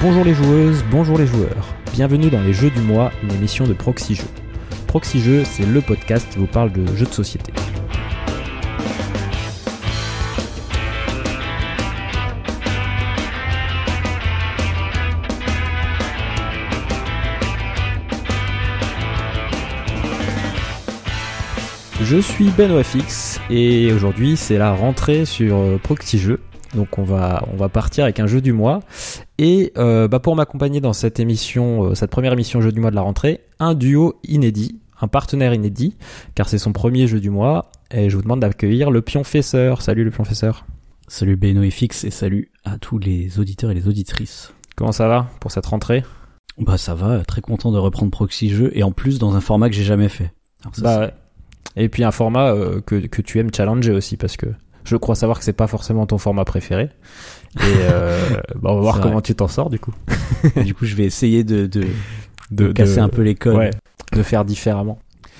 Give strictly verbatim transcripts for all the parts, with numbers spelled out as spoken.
Bonjour les joueuses, bonjour les joueurs. Bienvenue dans les Jeux du mois, une émission de Proxy Jeux. Proxy Jeux, c'est le podcast qui vous parle de jeux de société. Je suis BenOFX et aujourd'hui c'est la rentrée sur Proxy Jeux. Donc on va on va partir avec un jeu du mois et euh, bah pour m'accompagner dans cette émission, euh, cette première émission jeu du mois de la rentrée, un duo inédit, un partenaire inédit, car c'est son premier jeu du mois et je vous demande d'accueillir le Pionfesseur. Salut le Pionfesseur. Salut BenOFX et salut à tous les auditeurs et les auditrices. Comment ça va pour cette rentrée ? Bah ça va, très content de reprendre Proxy Jeux et en plus dans un format que j'ai jamais fait. Alors ça, bah ouais. Et puis un format euh, que que tu aimes challenger aussi parce que je crois savoir que c'est pas forcément ton format préféré. Et euh, bah on va voir comment tu t'en sors du coup. Du coup, je vais essayer de de, de, de casser de, un peu les codes, ouais, de faire différemment.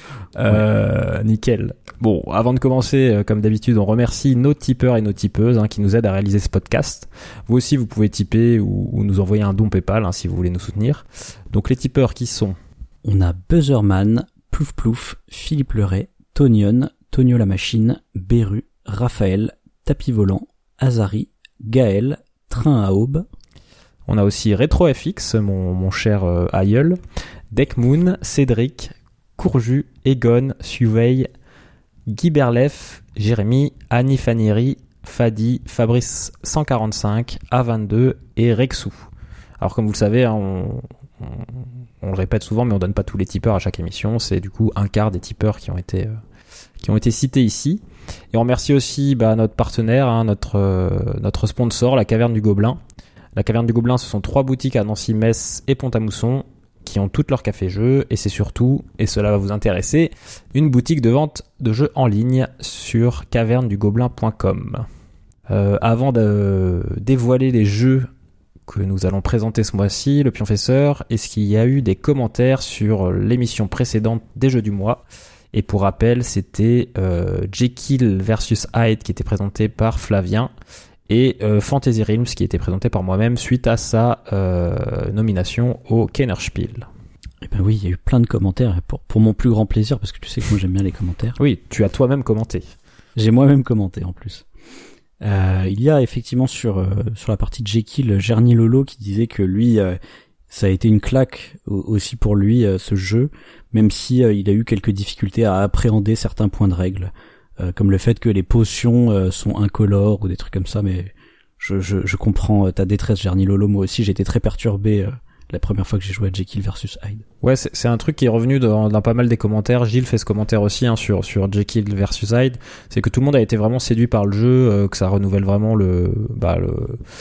Euh, ouais. Nickel. Bon, avant de commencer, euh, comme d'habitude, on remercie nos tipeurs et nos tipeuses hein, qui nous aident à réaliser ce podcast. Vous aussi, vous pouvez tiper ou, ou nous envoyer un don PayPal hein, si vous voulez nous soutenir. Donc les tipeurs qui sont, on a Buzzerman, Plouf Plouf, Philippe Leray, Tonion, Tonio la Machine, Beru, Raphaël, Tapis Volant, Azari, Gaël, Train à Aube. On a aussi RetroFX, mon, mon cher euh, aïeul, Deckmoon, Cédric, Courju, Egon, Suveil, Guy Berlef, Jérémy, Annie Fanieri, Fadi, Fabrice cent quarante-cinq, A vingt-deux et Rexou. Alors comme vous le savez, hein, on, on, on le répète souvent, mais on donne pas tous les tipeurs à chaque émission. C'est du coup un quart des tipeurs qui ont été, euh, qui ont été cités ici. Et on remercie aussi bah, notre partenaire, hein, notre, euh, notre sponsor, la Caverne du Gobelin. La Caverne du Gobelin, ce sont trois boutiques à Nancy, Metz et Pont-à-Mousson qui ont toutes leurs cafés-jeux. Et c'est surtout, et cela va vous intéresser, une boutique de vente de jeux en ligne sur caverne du gobelin point com. Euh, avant de dévoiler les jeux que nous allons présenter ce mois-ci, le Pionfesseur, est-ce qu'il y a eu des commentaires sur l'émission précédente des Jeux du mois ? Et pour rappel, c'était euh, Jekyll versus Hyde qui était présenté par Flavien et euh, Fantasy Realms qui était présenté par moi-même suite à sa euh, nomination au Kennerspiel. Eh ben oui, il y a eu plein de commentaires pour, pour mon plus grand plaisir parce que tu sais que moi j'aime bien les commentaires. Oui, tu as toi-même commenté. J'ai moi-même commenté en plus. Euh, il y a effectivement sur euh, sur la partie de Jekyll, Gerny Lolo qui disait que lui, euh, ça a été une claque aussi pour lui euh, ce jeu, même si euh, il a eu quelques difficultés à appréhender certains points de règle, euh, comme le fait que les potions euh, sont incolores ou des trucs comme ça. Mais je je, je comprends ta détresse, Gerny Lolo. Moi aussi, j'étais très perturbé. Euh, la première fois que j'ai joué à Jekyll versus Hyde. Ouais, c'est, c'est un truc qui est revenu dans, dans pas mal des commentaires. Gilles fait ce commentaire aussi hein, sur sur Jekyll versus Hyde. C'est que tout le monde a été vraiment séduit par le jeu, euh, que ça renouvelle vraiment le bah le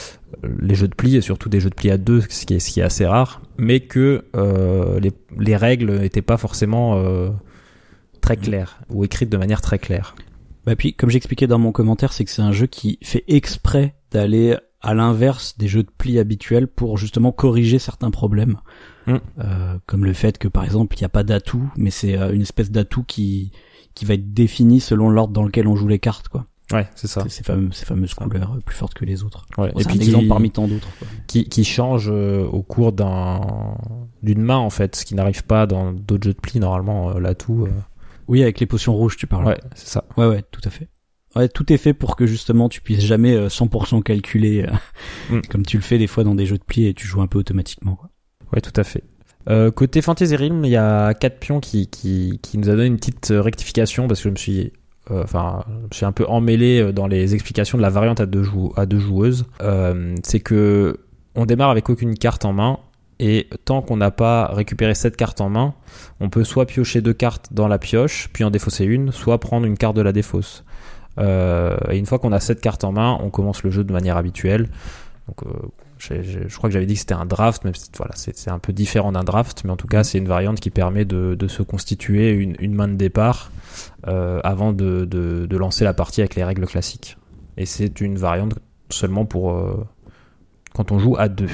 les jeux de pli et surtout des jeux de pli à deux, ce qui est ce qui est assez rare, mais que euh, les les règles n'étaient pas forcément euh, très claires ou écrites de manière très claire. Bah puis comme j'expliquais dans mon commentaire, c'est que c'est un jeu qui fait exprès d'aller à l'inverse des jeux de pli habituels pour justement corriger certains problèmes, mmh. euh, comme le fait que par exemple il n'y a pas d'atout, mais c'est euh, une espèce d'atout qui qui va être défini selon l'ordre dans lequel on joue les cartes, quoi. Ouais, c'est ça. C'est ces fameuses ces fameuses couleurs plus fortes que les autres. Ouais. Bon, et c'est puis un exemple parmi tant d'autres, quoi. Qui qui change euh, au cours d'un d'une main en fait, ce qui n'arrive pas dans d'autres jeux de pli normalement euh, l'atout. Euh... Oui, avec les potions rouges, tu parles. Ouais, c'est ça. Ouais, ouais, tout à fait. Ouais, tout est fait pour que justement tu puisses jamais cent pour cent calculer euh, mm. comme tu le fais des fois dans des jeux de pli et tu joues un peu automatiquement, quoi. Ouais, tout à fait. Euh, côté Fantasy Realms, il y a quatre pions qui qui qui nous a donné une petite rectification parce que je me suis enfin euh, je me suis un peu emmêlé dans les explications de la variante à deux jou- à deux joueuses. Euh, c'est que on démarre avec aucune carte en main. Et tant qu'on n'a pas récupéré cette carte en main, on peut soit piocher deux cartes dans la pioche, puis en défausser une, soit prendre une carte de la défausse. Euh, et une fois qu'on a cette carte en main, on commence le jeu de manière habituelle. Donc, euh, j'ai, j'ai, je crois que j'avais dit que c'était un draft, mais c'est, voilà, c'est, c'est un peu différent d'un draft, mais en tout cas, c'est une variante qui permet de, de se constituer une, une main de départ euh, avant de, de, de lancer la partie avec les règles classiques. Et c'est une variante seulement pour euh, quand on joue à deux.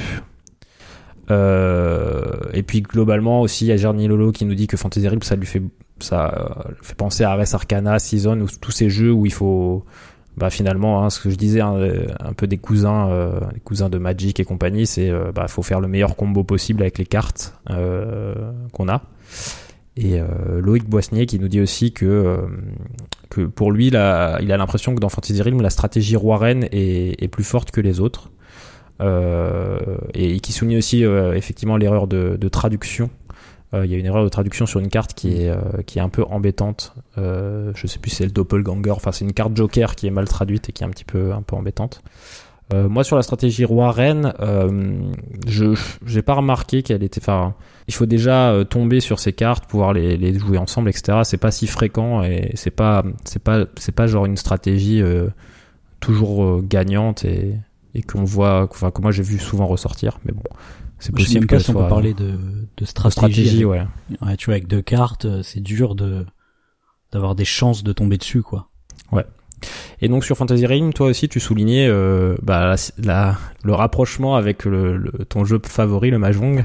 Euh, et puis globalement aussi il y a Gerny Lolo qui nous dit que Fantasy Realms ça lui fait ça euh, fait penser à Res Arcana, Season ou tous ces jeux où il faut bah finalement, hein, ce que je disais, hein, un peu des cousins, euh, des cousins de Magic et compagnie, c'est euh, bah faut faire le meilleur combo possible avec les cartes euh, qu'on a. Et euh, Loïc Boissnier qui nous dit aussi que euh, que pour lui, là, il a l'impression que dans Fantasy Realms, la stratégie roi-reine est, est plus forte que les autres. Euh, et qui souligne aussi euh, effectivement l'erreur de, de traduction. Il euh, y a une erreur de traduction sur une carte qui est, euh, qui est un peu embêtante. Euh, je sais plus si c'est le Doppelganger. Enfin, c'est une carte Joker qui est mal traduite et qui est un petit peu, un peu embêtante. Euh, moi, sur la stratégie roi-reine, euh, je j'ai pas remarqué qu'elle était. Enfin, il faut déjà euh, tomber sur ces cartes, pouvoir les, les jouer ensemble, et cetera. C'est pas si fréquent et c'est pas, c'est pas, c'est pas genre une stratégie euh, toujours euh, gagnante et et qu'on voit, enfin que moi j'ai vu souvent ressortir, mais bon, c'est moi, possible je sais même pas que si soit... on peut parler de, de stratégie. stratégie, avec, ouais. ouais. Tu vois, avec deux cartes, c'est dur de d'avoir des chances de tomber dessus, quoi. Ouais. Et donc sur Fantasy Realms, toi aussi, tu soulignais euh, bah, la, la, le rapprochement avec le, le, ton jeu favori, le Mahjong.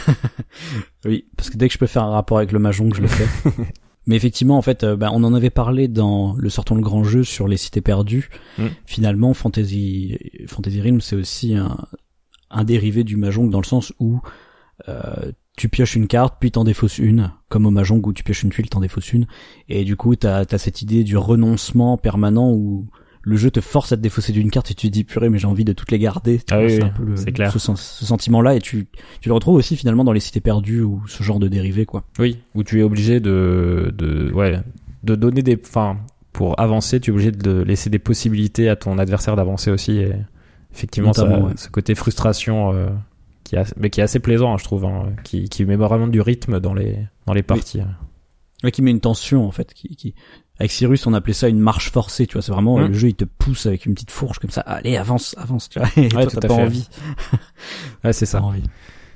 Oui, parce que dès que je peux faire un rapport avec le Mahjong, je le fais. Mais effectivement, en fait, euh, bah, on en avait parlé dans le Sortons le grand jeu sur les cités perdues. Mm. Finalement, Fantasy Fantasy Realms, c'est aussi un, un dérivé du Mahjong dans le sens où euh, tu pioches une carte, puis t'en défausses une, comme au Mahjong où tu pioches une tuile, t'en défausses une. Et du coup, t'as, t'as cette idée du renoncement permanent où le jeu te force à te défausser d'une carte et tu te dis purée, mais j'ai envie de toutes les garder. Ah oui, c'est oui, un peu le, c'est clair. Ce, ce sentiment-là, et tu, tu le retrouves aussi finalement dans les cités perdues ou ce genre de dérivé, quoi. Oui, où tu es obligé de, de, ouais, de donner des, enfin, pour avancer, tu es obligé de laisser des possibilités à ton adversaire d'avancer aussi. Et effectivement, ça, ouais. Ce côté frustration, euh, qui est, mais qui est assez plaisant, hein, je trouve, hein, qui, qui met vraiment du rythme dans les, dans les parties. Oui. Ouais, qui met une tension en fait, qui, qui. Avec Cyrus, on appelait ça une marche forcée, tu vois, c'est vraiment, mmh. le jeu, il te pousse avec une petite fourche comme ça, allez, avance, avance, tu vois, et ouais, toi, t'as pas fait. envie. Ouais, c'est ça. Envie.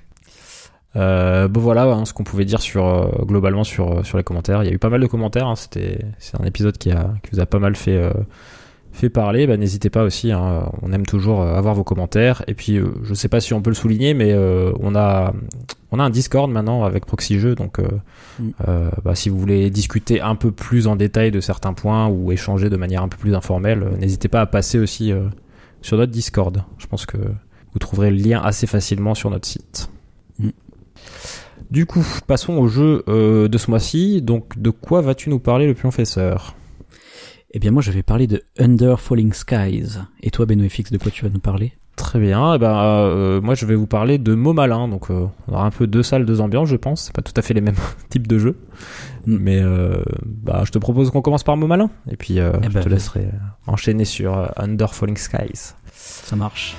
Euh, bon voilà, hein, ce qu'on pouvait dire sur, euh, globalement sur, sur les commentaires. Il y a eu pas mal de commentaires, hein, c'était, c'est un épisode qui a, qui vous a pas mal fait, euh, fait parler. Bah, n'hésitez pas aussi, hein, on aime toujours avoir vos commentaires. Et puis, euh, je sais pas si on peut le souligner, mais, euh, on a, on a un Discord maintenant avec Proxy Jeux, donc, euh, mm. euh, bah, si vous voulez discuter un peu plus en détail de certains points ou échanger de manière un peu plus informelle, euh, n'hésitez pas à passer aussi, euh, sur notre Discord. Je pense que vous trouverez le lien assez facilement sur notre site. Mm. Du coup, passons au jeu euh, de ce mois-ci. Donc, de quoi vas-tu nous parler, le Pionfesseur ? Eh bien, moi, je vais parler de Under Falling Skies. Et toi, BenoFX, de quoi tu vas nous parler ? Très bien. Eh ben, euh, moi, je vais vous parler de Mots Malins. Donc, euh, on aura un peu deux salles, deux ambiances, je pense. C'est pas tout à fait les mêmes types de jeux. Mm. Mais euh, bah, je te propose qu'on commence par Mots Malins. Et puis, euh, eh je ben, te laisserai enchaîner sur euh, Under Falling Skies. Ça marche.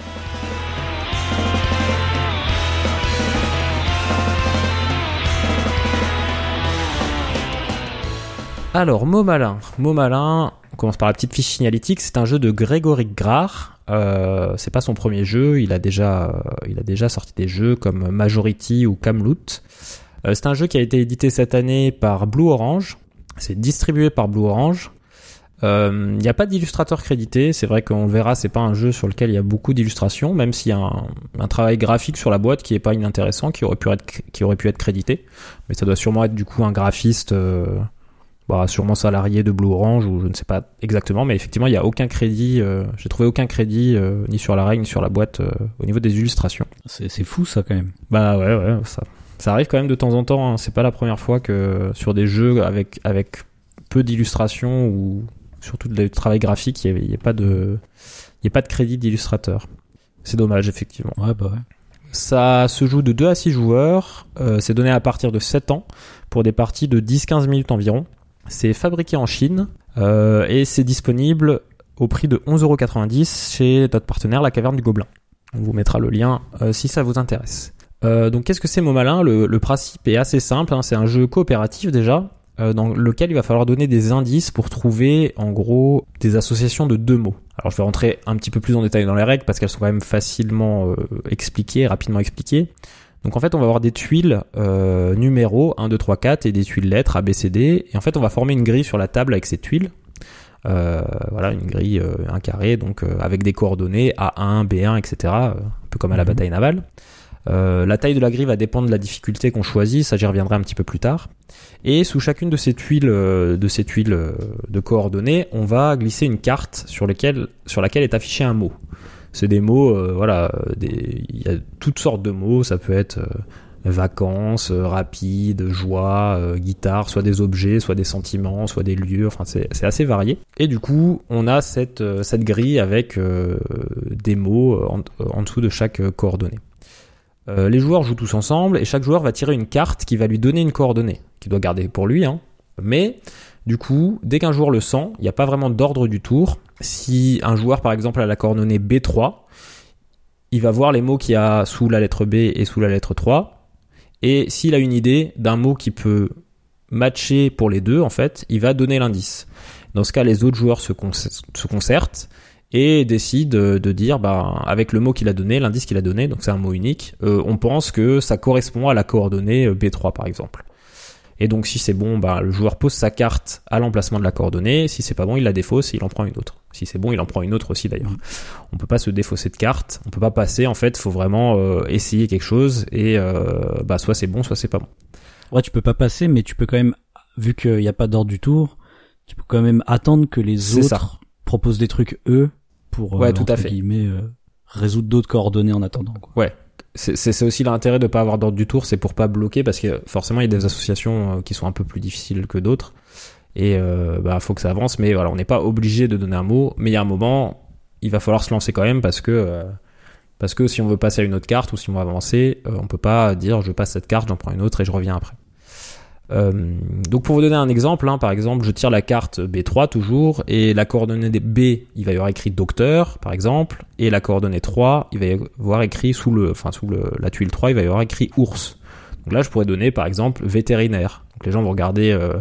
Alors, Mots Malins. Mots Malins, on commence par la petite fiche signalétique. C'est un jeu de Grégory Grard. Euh, c'est pas son premier jeu. Il a déjà, euh, il a déjà sorti des jeux comme Majority ou Kamloot. Euh, c'est un jeu qui a été édité cette année par Blue Orange. C'est distribué par Blue Orange. Il euh, n'y a pas d'illustrateur crédité. C'est vrai qu'on le verra, c'est pas un jeu sur lequel il y a beaucoup d'illustrations, même s'il y a un, un travail graphique sur la boîte qui est pas inintéressant, qui aurait pu être, qui aurait pu être crédité. Mais ça doit sûrement être du coup un graphiste, euh, bah, sûrement salarié de Blue Orange ou je ne sais pas exactement, mais effectivement il n'y a aucun crédit, euh, j'ai trouvé aucun crédit euh, ni sur la règle ni sur la boîte euh, au niveau des illustrations. C'est, c'est fou ça quand même. Bah ouais ouais, ça, ça arrive quand même de temps en temps, hein. C'est pas la première fois que sur des jeux avec, avec peu d'illustrations ou surtout de travail graphique, il n'y a, a pas de, il y a pas de crédit d'illustrateur. C'est dommage effectivement. Ouais bah ouais. Ça se joue de deux à six joueurs, euh, c'est donné à partir de sept ans pour des parties de dix à quinze minutes environ. C'est fabriqué en Chine euh, et c'est disponible au prix de onze euros quatre-vingt-dix chez notre partenaire La Caverne du Gobelin. On vous mettra le lien euh, si ça vous intéresse. Euh, donc qu'est-ce que c'est Mots Malins ? le, le principe est assez simple, hein, c'est un jeu coopératif déjà, euh, dans lequel il va falloir donner des indices pour trouver en gros des associations de deux mots. Alors je vais rentrer un petit peu plus en détail dans les règles parce qu'elles sont quand même facilement euh, expliquées, rapidement expliquées. Donc en fait on va avoir des tuiles euh, numéros un, deux, trois, quatre et des tuiles lettres A, B, C, D et en fait on va former une grille sur la table avec ces tuiles. Euh, voilà une grille, euh, un carré donc euh, avec des coordonnées A un, B un, et cetera. Euh, un peu comme à la bataille navale. Euh, la taille de la grille va dépendre de la difficulté qu'on choisit, ça j'y reviendrai un petit peu plus tard. Et sous chacune de ces tuiles, euh, de ces tuiles euh, de coordonnées, on va glisser une carte sur, lesquelles, sur laquelle est affiché un mot. C'est des mots, euh, voilà, des, il y a toutes sortes de mots, ça peut être euh, vacances, euh, rapide, joie, euh, guitare, soit des objets, soit des sentiments, soit des lieux, enfin c'est, c'est assez varié. Et du coup, on a cette, euh, cette grille avec euh, des mots en, en dessous de chaque euh, coordonnée. Euh, les joueurs jouent tous ensemble et chaque joueur va tirer une carte qui va lui donner une coordonnée, qu'il doit garder pour lui, hein. Mais du coup, dès qu'un joueur le sent, il n'y a pas vraiment d'ordre du tour. Si un joueur, par exemple, a la coordonnée B trois, il va voir les mots qu'il y a sous la lettre B et sous la lettre trois. Et s'il a une idée d'un mot qui peut matcher pour les deux, en fait, il va donner l'indice. Dans ce cas, les autres joueurs se, con- se concertent et décident de dire, bah, avec le mot qu'il a donné, l'indice qu'il a donné, donc c'est un mot unique, euh, on pense que ça correspond à la coordonnée B trois, par exemple. Et donc, si c'est bon, bah, le joueur pose sa carte à l'emplacement de la coordonnée. Si c'est pas bon, il la défausse et il en prend une autre. Si c'est bon, il en prend une autre aussi, d'ailleurs. On peut pas se défausser de carte. On peut pas passer, en fait. Faut vraiment euh, essayer quelque chose et, euh, bah, soit c'est bon, soit c'est pas bon. Ouais, tu peux pas passer, mais tu peux quand même, vu qu'il n'y a pas d'ordre du tour, tu peux quand même attendre que les c'est autres ça. proposent des trucs, eux, pour, ouais, euh, tout entre à fait. guillemets, euh, résoudre d'autres coordonnées en attendant, quoi. Ouais. C'est, c'est, c'est aussi l'intérêt de pas avoir d'ordre du tour, c'est pour pas bloquer, parce que forcément, il y a des associations qui sont un peu plus difficiles que d'autres. Et, euh, bah, faut que ça avance, mais voilà, on n'est pas obligé de donner un mot, mais il y a un moment, il va falloir se lancer quand même, parce que, euh, parce que si on veut passer à une autre carte, ou si on veut avancer, euh, on peut pas dire, je passe cette carte, j'en prends une autre et je reviens après. Euh, donc pour vous donner un exemple, hein, par exemple, je tire la carte B trois toujours, et la coordonnée B, il va y avoir écrit docteur, par exemple, et la coordonnée trois, il va y avoir écrit sous le, enfin sous le, la tuile trois, il va y avoir écrit ours. Donc là, je pourrais donner, par exemple, vétérinaire. Donc les gens vont regarder euh,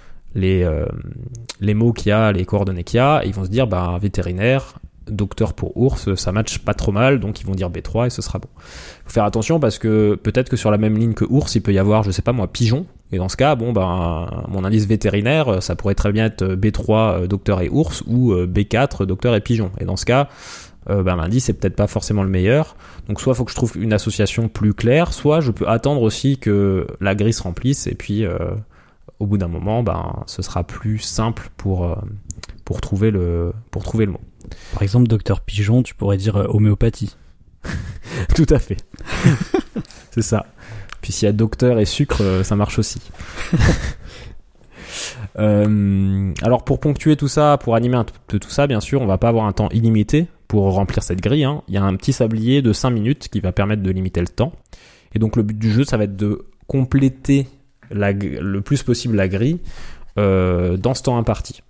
les euh, les mots qu'il y a, les coordonnées qu'il y a, et ils vont se dire, bah vétérinaire, docteur pour ours, ça matche pas trop mal, donc ils vont dire B trois et ce sera bon. Faut faire attention parce que peut-être que sur la même ligne que ours, il peut y avoir, je sais pas moi, pigeon. Et dans ce cas, bon ben, mon indice vétérinaire, ça pourrait très bien être B trois, docteur et ours, ou B quatre, docteur et pigeon. Et dans ce cas, euh, ben, l'indice c'est peut-être pas forcément le meilleur. Donc soit faut que je trouve une association plus claire, soit je peux attendre aussi que la grille se remplisse, et puis euh, au bout d'un moment, ben, ce sera plus simple pour, euh, pour, trouver le, pour trouver le mot. Par exemple, docteur Pigeon, tu pourrais dire euh, homéopathie. Tout à fait. C'est ça. Puis s'il y a docteur et sucre, euh, ça marche aussi. euh, alors pour ponctuer tout ça, pour animer un peu tout ça, bien sûr, on va pas avoir un temps illimité pour remplir cette grille, hein. Il y a un petit sablier de cinq minutes qui va permettre de limiter le temps. Et donc le but du jeu, ça va être de compléter la, le plus possible la grille euh, dans ce temps imparti.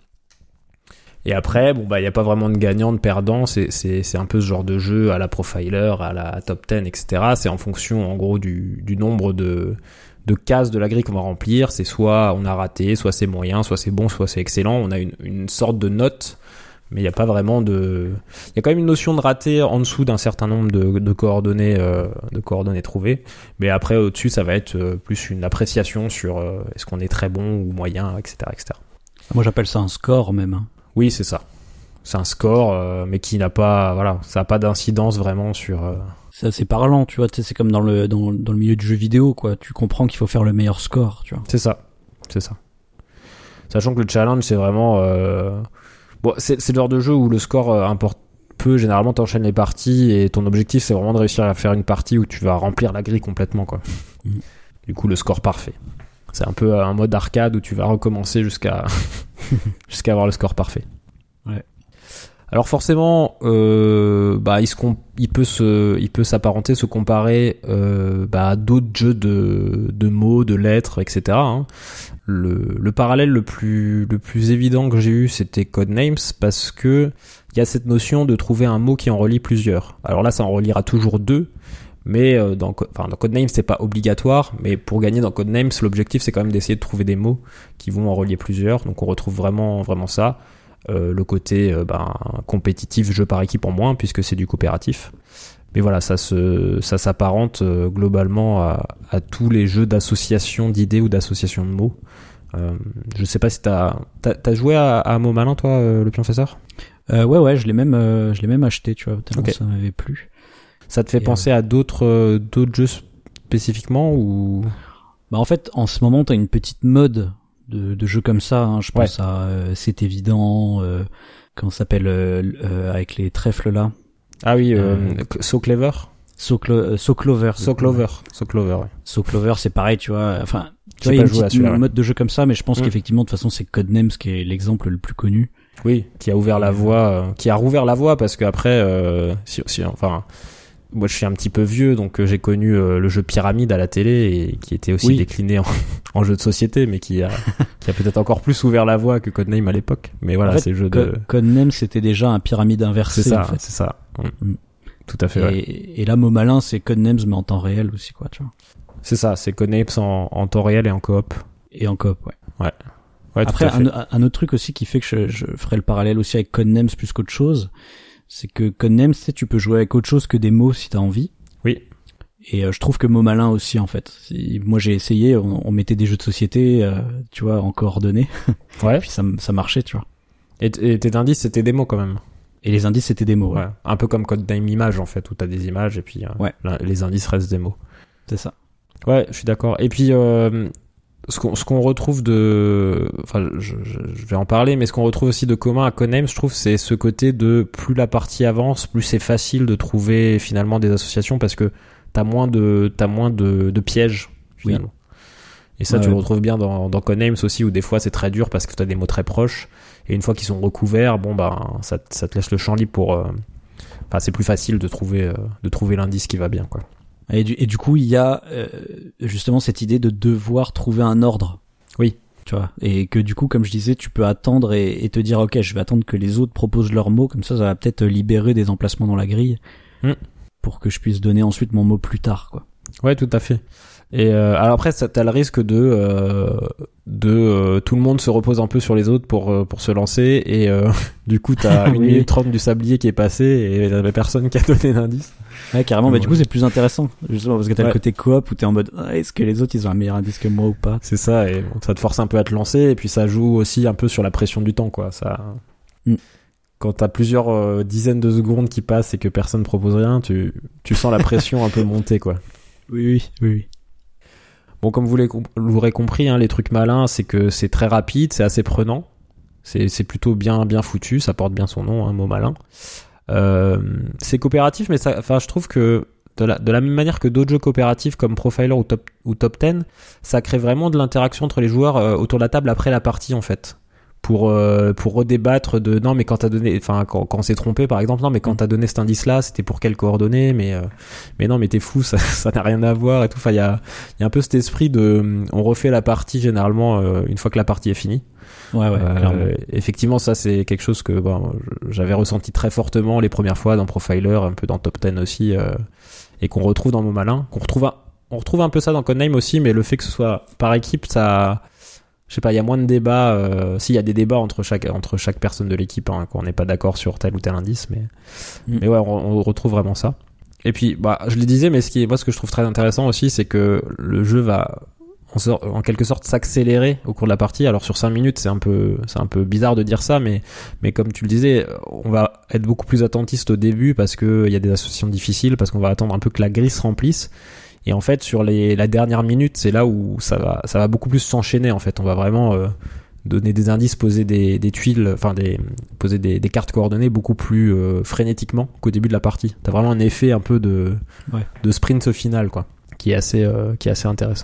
Et après, bon bah il y a pas vraiment de gagnant, de perdant, c'est c'est c'est un peu ce genre de jeu à la Profiler, à la Top dix, et cetera. C'est en fonction en gros du du nombre de de cases de la grille qu'on va remplir. C'est soit on a raté, soit c'est moyen, soit c'est bon, soit c'est excellent. On a une une sorte de note, mais il y a pas vraiment de, il y a quand même une notion de raté en dessous d'un certain nombre de de coordonnées euh, de coordonnées trouvées. Mais après au-dessus, ça va être euh, plus une appréciation sur euh, est-ce qu'on est très bon ou moyen, et cetera, et cetera. Moi j'appelle ça un score même, hein. Oui, c'est ça. C'est un score, euh, mais qui n'a pas, voilà, ça n'a pas d'incidence vraiment sur. Euh... C'est assez parlant, tu vois. C'est comme dans le dans, dans le milieu du jeu vidéo, quoi. Tu comprends qu'il faut faire le meilleur score, tu vois. C'est ça, c'est ça. Sachant que le challenge, c'est vraiment, euh... bon, c'est c'est le genre de jeu où le score euh, importe peu. Généralement, t'enchaînes les parties et ton objectif, c'est vraiment de réussir à faire une partie où tu vas remplir la grille complètement, quoi. Mmh. Du coup, le score parfait. C'est un peu un mode arcade où tu vas recommencer jusqu'à jusqu'à avoir le score parfait. Ouais. Alors forcément, euh, bah il se comp- il peut se, il peut s'apparenter, se comparer euh, bah, à d'autres jeux de de mots, de lettres, et cetera. Hein. Le le parallèle le plus le plus évident que j'ai eu, c'était Codenames, parce que il y a cette notion de trouver un mot qui en relie plusieurs. Alors là, ça en reliera toujours deux. Mais euh, dans, enfin, dans Codenames, c'est pas obligatoire, mais pour gagner dans Codenames, l'objectif c'est quand même d'essayer de trouver des mots qui vont en relier plusieurs. Donc on retrouve vraiment, vraiment ça. Euh, le côté euh, ben, compétitif, jeu par équipe en moins, puisque c'est du coopératif. Mais voilà, ça se, ça s'apparente euh, globalement à, à tous les jeux d'association d'idées ou d'association de mots. Euh, je sais pas si t'as, t'as, t'as joué à, à Mots Malin, toi, euh, le Pionfesseur ? euh, Ouais, ouais, je l'ai même, euh, je l'ai même acheté, tu vois, tellement okay. Ça m'avait plu. Ça te fait Et penser euh... à d'autres euh, d'autres jeux spécifiquement ou Bah en fait, en ce moment, t'as une petite mode de, de jeux comme ça. Hein. Je pense ouais. à euh, C'est évident, euh, comment ça s'appelle euh, euh, avec les trèfles là. Ah oui, euh, euh, So Clever. So, Clo- so Clover. So Clover. So Clover, ouais. So Clover, c'est pareil, tu vois. Enfin, tu vois, il y a une petite ouais. mode de jeu comme ça, mais je pense mmh. qu'effectivement, de toute façon, c'est Codenames qui est l'exemple le plus connu. Oui, qui a ouvert la voie, euh, qui a rouvert la voie parce qu'après, euh, si, si, enfin, moi je suis un petit peu vieux, donc euh, j'ai connu euh, le jeu Pyramide à la télé et qui était aussi oui. décliné en, en jeu de société, mais qui a, qui a peut-être encore plus ouvert la voie que Codename à l'époque. Mais voilà, en fait, c'est le jeu Co- de. Codename, c'était déjà un pyramide inversé. C'est ça, en fait. c'est ça. Mm. Tout à fait. Et, ouais. et là, Mot Malin, c'est Codenames mais en temps réel aussi, quoi, tu vois. C'est ça, c'est Codenames en, en temps réel et en coop. Et en coop, ouais. Ouais. Ouais, après, un, un autre truc aussi qui fait que je, je ferai le parallèle aussi avec Codenames plus qu'autre chose, c'est que Codenames, tu sais, tu peux jouer avec autre chose que des mots si t'as envie. Oui. Et euh, je trouve que Mot Malin aussi, en fait. Si, moi, j'ai essayé, on, on mettait des jeux de société, euh, tu vois, en coordonnées. Ouais. Puis ça, ça marchait, tu vois. Et, et tes indices, c'était des mots quand même. Et les indices, c'était des mots, ouais. ouais. Un peu comme Codename Image, en fait, où t'as des images et puis euh, ouais. les indices restent des mots. C'est ça. Ouais, je suis d'accord. Et puis, euh, ce qu'on, ce qu'on retrouve de... Enfin, je, je, je vais en parler, mais ce qu'on retrouve aussi de commun à Codenames, je trouve, c'est ce côté de plus la partie avance, plus c'est facile de trouver finalement des associations parce que t'as moins de, t'as moins de, de pièges, finalement. Oui. Et ça, ouais, tu ouais. le retrouves bien dans, dans Codenames aussi, où des fois c'est très dur parce que t'as des mots très proches. Et une fois qu'ils sont recouverts, bon, bah, ça, ça te laisse le champ libre pour, euh... enfin, c'est plus facile de trouver, euh, de trouver l'indice qui va bien, quoi. Et du, et du coup, il y a euh, justement cette idée de devoir trouver un ordre. Oui. Tu vois, et que du coup, comme je disais, tu peux attendre et, et te dire, ok, je vais attendre que les autres proposent leurs mots, comme ça, ça va peut-être libérer des emplacements dans la grille mm. pour que je puisse donner ensuite mon mot plus tard, quoi. Ouais, tout à fait. Et euh, alors après, ça, t'as le risque de euh, de euh, tout le monde se repose un peu sur les autres pour euh, pour se lancer et euh, du coup t'as une minute trente du sablier qui est passé et il y avait personne qui a donné l'indice. Ouais, carrément. Ouais. Bah du coup c'est plus intéressant justement parce que t'as ouais. le côté coop où t'es en mode ah, est-ce que les autres ils ont un meilleur indice que moi ou pas. C'est ça et bon, ça te force un peu à te lancer et puis ça joue aussi un peu sur la pression du temps, quoi. Ça. Mm. Quand t'as plusieurs euh, dizaines de secondes qui passent et que personne propose rien, tu tu sens la pression un peu monter, quoi. Oui oui oui oui. Bon, comme vous l'aurez compris, hein, les trucs malins, c'est que c'est très rapide, c'est assez prenant, c'est, c'est plutôt bien, bien foutu, ça porte bien son nom, un hein, mot malin. Euh, c'est coopératif, mais ça, enfin, je trouve que de la, de la même manière que d'autres jeux coopératifs comme Profiler ou Top, ou Top dix, ça crée vraiment de l'interaction entre les joueurs euh, autour de la table après la partie, en fait. Pour euh, pour redébattre de non mais quand t'as donné enfin quand quand on s'est trompé par exemple non mais quand t'as donné cet indice là c'était pour quelles coordonnées mais euh, mais non mais t'es fou ça ça n'a rien à voir et tout enfin il y a il y a un peu cet esprit de on refait la partie généralement euh, une fois que la partie est finie. Ouais ouais. Euh, effectivement ça c'est quelque chose que bon, j'avais ressenti très fortement les premières fois dans Profiler, un peu dans Top dix aussi euh, et qu'on retrouve dans Mot Malin, qu'on retrouve un, on retrouve un peu ça dans Codename aussi mais le fait que ce soit par équipe ça je sais pas, il y a moins de débats. Euh, si, il y a des débats entre chaque entre chaque personne de l'équipe, hein, quand on n'est pas d'accord sur tel ou tel indice, mais mm. mais ouais, on, on retrouve vraiment ça. Et puis, bah, je le disais, mais ce qui est, moi, ce que je trouve très intéressant aussi, c'est que le jeu va en, sort, en quelque sorte s'accélérer au cours de la partie. Alors sur cinq minutes, c'est un peu c'est un peu bizarre de dire ça, mais mais comme tu le disais, on va être beaucoup plus attentiste au début parce que il y a des associations difficiles, parce qu'on va attendre un peu que la grille se remplisse. Et en fait, sur les, la dernière minute, c'est là où ça va, ça va beaucoup plus s'enchaîner. En fait, on va vraiment euh, donner des indices, poser des, des tuiles, enfin des, poser des, des cartes coordonnées beaucoup plus euh, frénétiquement qu'au début de la partie. T'as vraiment un effet un peu de, ouais. de sprint au final, quoi, qui est assez, euh, qui est assez intéressant.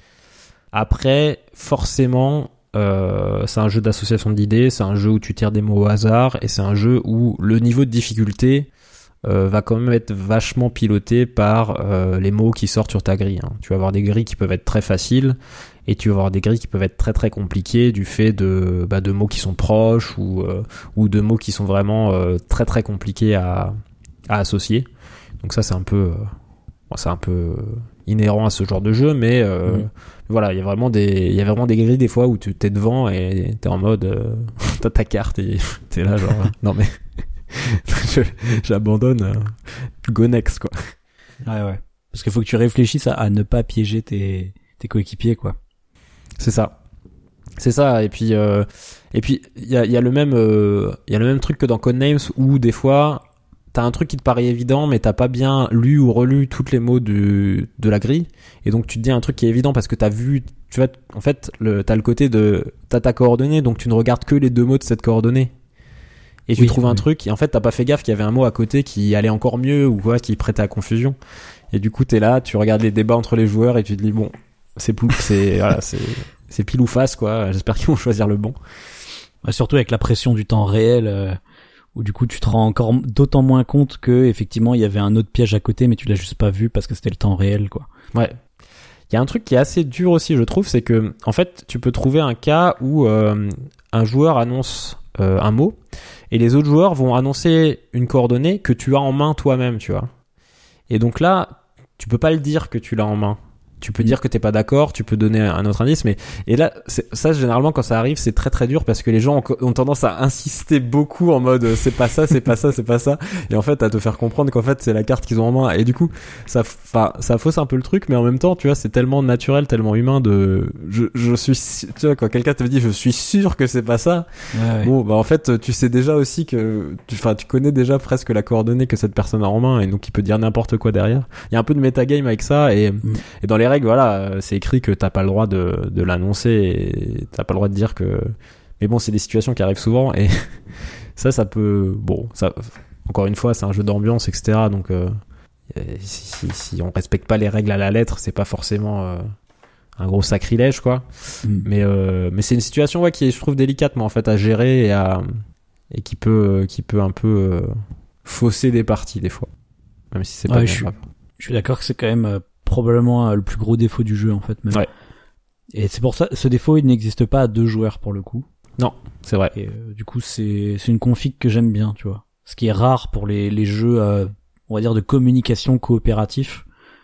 Après, forcément, euh, c'est un jeu d'association d'idées, c'est un jeu où tu tires des mots au hasard, et c'est un jeu où le niveau de difficulté Euh, va quand même être vachement piloté par euh, les mots qui sortent sur ta grille, hein. Tu vas avoir des grilles qui peuvent être très faciles et tu vas avoir des grilles qui peuvent être très très compliquées du fait de bah, de mots qui sont proches ou euh, ou de mots qui sont vraiment euh, très très compliqués à à associer. Donc ça c'est un peu euh, bon, c'est un peu inhérent à ce genre de jeu, mais euh, mmh. voilà, il y a vraiment des il y a vraiment des grilles des fois où tu t'es devant et t'es en mode euh, t'as ta carte et t'es là genre non mais Je, j'abandonne euh, go next, quoi. Ouais ouais parce qu'il faut que tu réfléchisses à, à ne pas piéger tes tes coéquipiers, quoi. C'est ça c'est ça et puis euh, et puis il y a il y a le même il euh, y a le même truc que dans Codenames où des fois t'as un truc qui te paraît évident, mais t'as pas bien lu ou relu toutes les mots du, de la grille. Et donc, tu te dis un truc qui est évident parce que t'as vu, tu vois, en fait, le, t'as le côté de, t'as ta coordonnée, donc tu ne regardes que les deux mots de cette coordonnée. Et tu oui, trouves oui. un truc, et en fait, t'as pas fait gaffe qu'il y avait un mot à côté qui allait encore mieux, ou quoi, qui prêtait à confusion. Et du coup, t'es là, tu regardes les débats entre les joueurs, et tu te dis, bon, c'est plus, c'est, voilà, c'est, c'est pile ou face, quoi. J'espère qu'ils vont choisir le bon. Ouais, surtout avec la pression du temps réel, euh, où du coup, tu te rends encore d'autant moins compte que, effectivement, il y avait un autre piège à côté, mais tu l'as juste pas vu parce que c'était le temps réel, quoi. Ouais. Il y a un truc qui est assez dur aussi, je trouve, c'est que, en fait, tu peux trouver un cas où, euh, un joueur annonce, euh, un mot, et les autres joueurs vont annoncer une coordonnée que tu as en main toi-même, tu vois. Et donc là, tu peux pas le dire que tu l'as en main. Tu peux dire que t'es pas d'accord, tu peux donner un autre indice, mais et là, c'est, ça généralement quand ça arrive, c'est très très dur parce que les gens ont, ont tendance à insister beaucoup en mode c'est pas ça, c'est pas ça, c'est pas ça, et en fait à te faire comprendre qu'en fait c'est la carte qu'ils ont en main. Et du coup, ça, enfin, ça fausse un peu le truc, mais en même temps, tu vois, c'est tellement naturel, tellement humain de, je, je suis, tu vois, quand quelqu'un te dit je suis sûr que c'est pas ça, Ouais, ouais. bon, bah en fait, tu sais déjà aussi que, enfin, tu, tu connais déjà presque la coordonnée que cette personne a en main, et donc il peut dire n'importe quoi derrière. Il y a un peu de metagame avec ça, et, mm. et dans les règles, voilà, c'est écrit que t'as pas le droit de, de l'annoncer, et t'as pas le droit de dire que, mais bon, c'est des situations qui arrivent souvent, et ça, ça peut, bon, ça, encore une fois, c'est un jeu d'ambiance, et cetera. Donc, euh, si, si, si on respecte pas les règles à la lettre, c'est pas forcément euh, un gros sacrilège, quoi. Mm. Mais, euh, mais c'est une situation, ouais, qui est, je trouve, délicate, mais en fait, à gérer et à, et qui peut, qui peut un peu euh, fausser des parties des fois, même si c'est pas ouais, bien je grave. Suis, je suis d'accord que c'est quand même euh, probablement euh, le plus gros défaut du jeu en fait. Même. Ouais. Et c'est pour ça, ce défaut, il n'existe pas à deux joueurs pour le coup. Non, c'est vrai. Et euh, du coup, c'est c'est une config que j'aime bien, tu vois. Ce qui est rare pour les les jeux, euh, on va dire, de communication coopératif.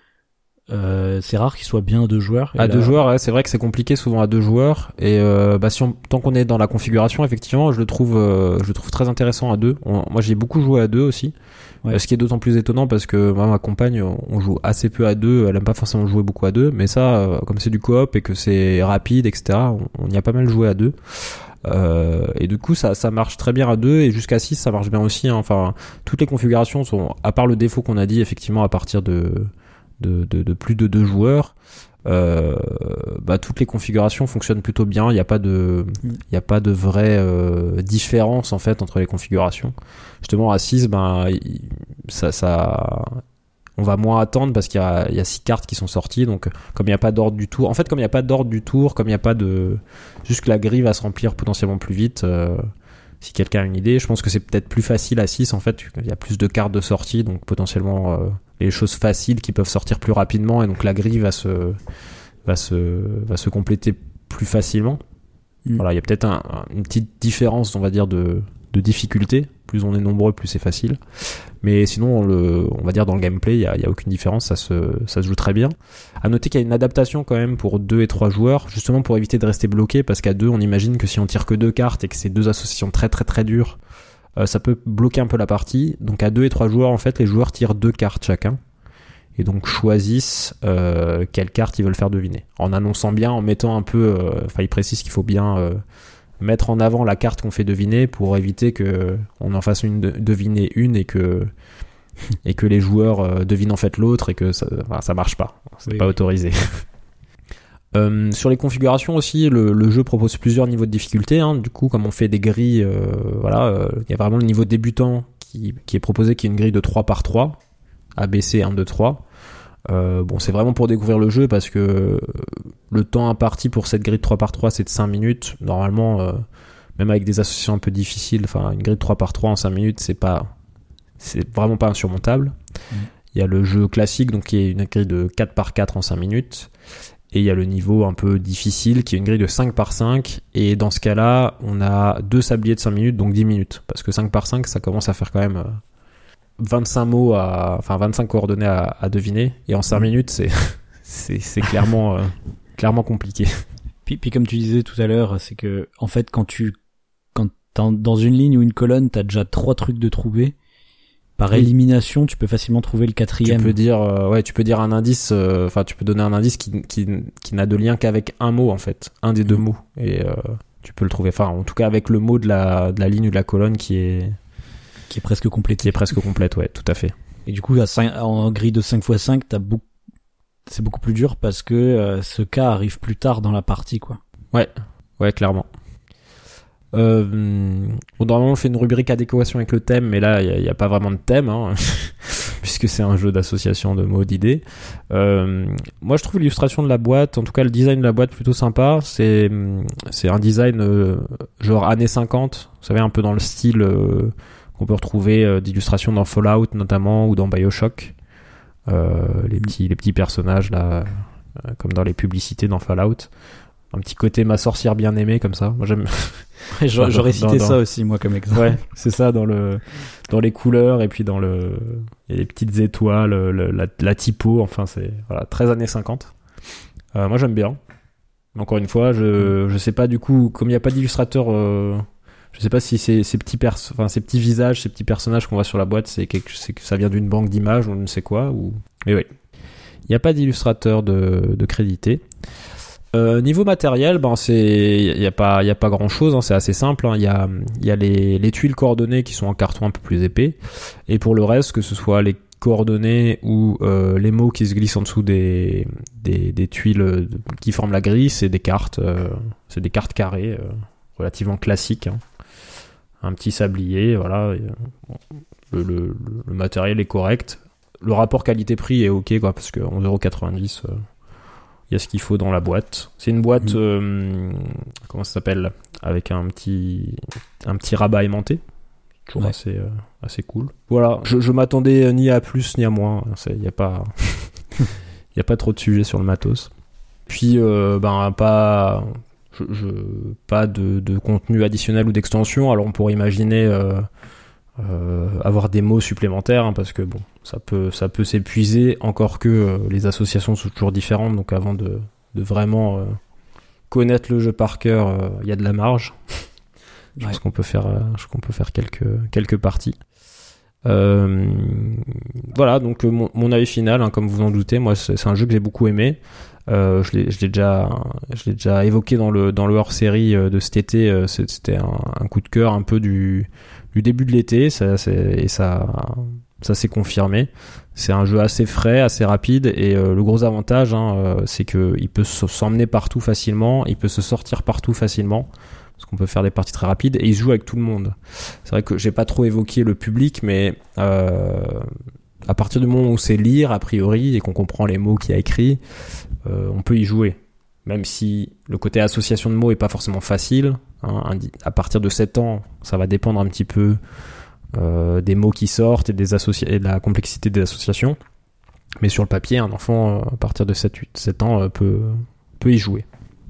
Euh, c'est rare qu'il soit bien à deux joueurs. À là... deux joueurs, ouais, c'est vrai que c'est compliqué souvent à deux joueurs. Et euh, bah si on, tant qu'on est dans la configuration, effectivement, je le trouve, euh, je le trouve très intéressant à deux. On, moi, j'ai beaucoup joué à deux aussi. Ouais. Ce qui est d'autant plus étonnant parce que moi, ma compagne, on joue assez peu à deux. Elle aime pas forcément jouer beaucoup à deux, mais ça, comme c'est du coop et que c'est rapide, et cetera, on, on y a pas mal joué à deux. Euh, et du coup, ça, ça marche très bien à deux, et jusqu'à six, ça marche bien aussi. Hein. Enfin, toutes les configurations sont, à part le défaut qu'on a dit, effectivement, à partir de De, de, de plus de deux joueurs, euh, bah toutes les configurations fonctionnent plutôt bien. Il n'y a pas de, il y a pas de vraie euh, différence en fait entre les configurations. Justement à six, ben ça, ça, on va moins attendre parce qu'il y a, il y a six cartes qui sont sorties. Donc comme il n'y a pas d'ordre du tour, en fait comme il n'y a pas d'ordre du tour, comme il n'y a pas de, juste que la grille va se remplir potentiellement plus vite. Euh, si quelqu'un a une idée, je pense que c'est peut-être plus facile à six en fait. Il y a plus de cartes de sortie, donc potentiellement euh, les choses faciles qui peuvent sortir plus rapidement, et donc la grille va se va se va se compléter plus facilement. Mmh. Voilà, il y a peut-être un, un, une petite différence, on va dire, de de difficulté. Plus on est nombreux, plus c'est facile. Mais sinon, on le, on va dire dans le gameplay, il y a, il y a aucune différence, ça se ça se joue très bien. À noter qu'il y a une adaptation quand même pour deux et trois joueurs, justement pour éviter de rester bloqué, parce qu'à deux, on imagine que si on tire que deux cartes et que c'est deux associations très très très dures, euh, ça peut bloquer un peu la partie. Donc à deux et trois joueurs, en fait, les joueurs tirent deux cartes chacun, et donc choisissent euh, quelle carte ils veulent faire deviner, en annonçant bien, en mettant un peu, enfin euh, ils précisent qu'il faut bien euh, mettre en avant la carte qu'on fait deviner pour éviter que on en fasse une de, deviner une et que et que les joueurs euh, devinent en fait l'autre, et que ça, enfin, ça marche pas, c'est oui, pas oui. autorisé. Euh, sur les configurations aussi, le, le jeu propose plusieurs niveaux de difficulté. Hein. Du coup, comme on fait des grilles, euh, voilà, il euh, y a vraiment le niveau débutant qui, qui est proposé, qui est une grille de trois par trois, A B C un deux trois. Euh, bon, c'est vraiment pour découvrir le jeu parce que le temps imparti pour cette grille de trois par trois, c'est de cinq minutes. Normalement, euh, même avec des associations un peu difficiles, enfin, une grille de trois par trois en cinq minutes, c'est pas, c'est vraiment pas insurmontable. Mmh. Il y a le jeu classique, donc qui est une grille de quatre par quatre en cinq minutes. Et il y a le niveau un peu difficile, qui est une grille de cinq par cinq. Et dans ce cas-là, on a deux sabliers de cinq minutes, donc dix minutes. Parce que cinq par cinq, ça commence à faire quand même vingt-cinq mots à, enfin vingt-cinq coordonnées à, à deviner. Et en cinq minutes, c'est, c'est, c'est clairement, euh, clairement compliqué. Puis, puis comme tu disais tout à l'heure, c'est que, en fait, quand tu, quand t'es dans une ligne ou une colonne, t'as déjà trois trucs de trouver. Par oui. élimination, tu peux facilement trouver le quatrième. Tu peux dire, euh, ouais, tu peux dire un indice, enfin, euh, tu peux donner un indice qui, qui, qui n'a de lien qu'avec un mot, en fait. Un des mmh. deux mots. Et, euh, tu peux le trouver, enfin, en tout cas, avec le mot de la, de la ligne ou de la colonne qui est, qui est presque complète. Qui est presque complète, ouais, tout à fait. Et du coup, à cinq, en grille de cinq par cinq, t'as beaucoup, c'est beaucoup plus dur parce que euh, ce cas arrive plus tard dans la partie, quoi. Ouais, ouais, clairement. Euh, bon, normalement, on fait une rubrique adéquation avec le thème, mais là, il n'y a, a pas vraiment de thème, hein, puisque c'est un jeu d'association de mots, d'idées. Euh, moi, je trouve l'illustration de la boîte, en tout cas le design de la boîte, plutôt sympa. C'est, c'est un design euh, genre années cinquante, vous savez, un peu dans le style euh, qu'on peut retrouver euh, d'illustration dans Fallout notamment, ou dans BioShock. Euh, les petits, les petits personnages là, euh, comme dans les publicités dans Fallout. Un petit côté ma sorcière bien aimée comme ça. Moi j'aime. Ouais, j'aurais, dans, j'aurais cité dans, ça aussi moi comme exemple. Ouais, c'est ça dans le dans les couleurs et puis dans le il y a les petites étoiles, le, la, la typo. Enfin c'est voilà très années cinquante. Euh, moi j'aime bien. Encore une fois, je je sais pas du coup comme il y a pas d'illustrateur. Euh, je sais pas si c'est ces petits pers enfin ces petits visages, ces petits personnages qu'on voit sur la boîte, c'est quelque c'est que ça vient d'une banque d'images ou je ne sais quoi ou. Mais oui, il n'y a pas d'illustrateur de de crédité. Euh, niveau matériel, ben c'est il y a pas il y a pas grand chose, hein, c'est assez simple. Il hein. y a il y a les les tuiles coordonnées qui sont en carton un peu plus épais, et pour le reste, que ce soit les coordonnées ou euh, les mots qui se glissent en dessous des des des tuiles qui forment la grille, c'est des cartes, euh, c'est des cartes carrées euh, relativement classiques. Hein. Un petit sablier, voilà. Le, le le matériel est correct. Le rapport qualité-prix est ok quoi, parce que onze euros quatre-vingt-dix. Euh, il y a ce qu'il faut dans la boîte. C'est une boîte, mmh. euh, comment ça s'appelle, avec un petit, un petit rabat aimanté. Toujours ouais. assez, euh, assez cool. Voilà, je, je m'attendais ni à plus ni à moins. Il n'y a pas, il y a pas trop de sujets sur le matos. Puis, euh, ben pas, je, je, pas de, de contenu additionnel ou d'extension. Alors on pourrait imaginer euh, euh, avoir des mots supplémentaires, hein, parce que bon. Ça peut, ça peut s'épuiser, encore que euh, les associations sont toujours différentes, donc avant de, de vraiment euh, connaître le jeu par cœur, il euh, y a de la marge. Je ouais. pense qu'on peut faire, euh, je pense qu'on peut faire quelques, quelques parties. Euh, voilà, donc euh, mon, mon avis final, hein, comme vous en doutez, moi c'est, c'est un jeu que j'ai beaucoup aimé. Euh, je l'ai, je l'ai déjà, je l'ai déjà évoqué dans le, dans le hors-série de cet été. Euh, c'était un, un coup de cœur un peu du, du début de l'été, ça, c'est, et ça. Ça s'est confirmé. C'est un jeu assez frais, assez rapide, et euh, le gros avantage, hein, euh, c'est que il peut s'emmener partout facilement, il peut se sortir partout facilement, parce qu'on peut faire des parties très rapides, et il se joue avec tout le monde. C'est vrai que j'ai pas trop évoqué le public, mais euh, à partir du moment où c'est lire a priori et qu'on comprend les mots qu'il y a écrits, euh, on peut y jouer. Même si le côté association de mots est pas forcément facile, hein, à partir de sept ans, ça va dépendre un petit peu. Euh, des mots qui sortent et, des associa- et de la complexité des associations, mais sur le papier un enfant euh, à partir de sept huit sept ans euh, peut, peut y jouer.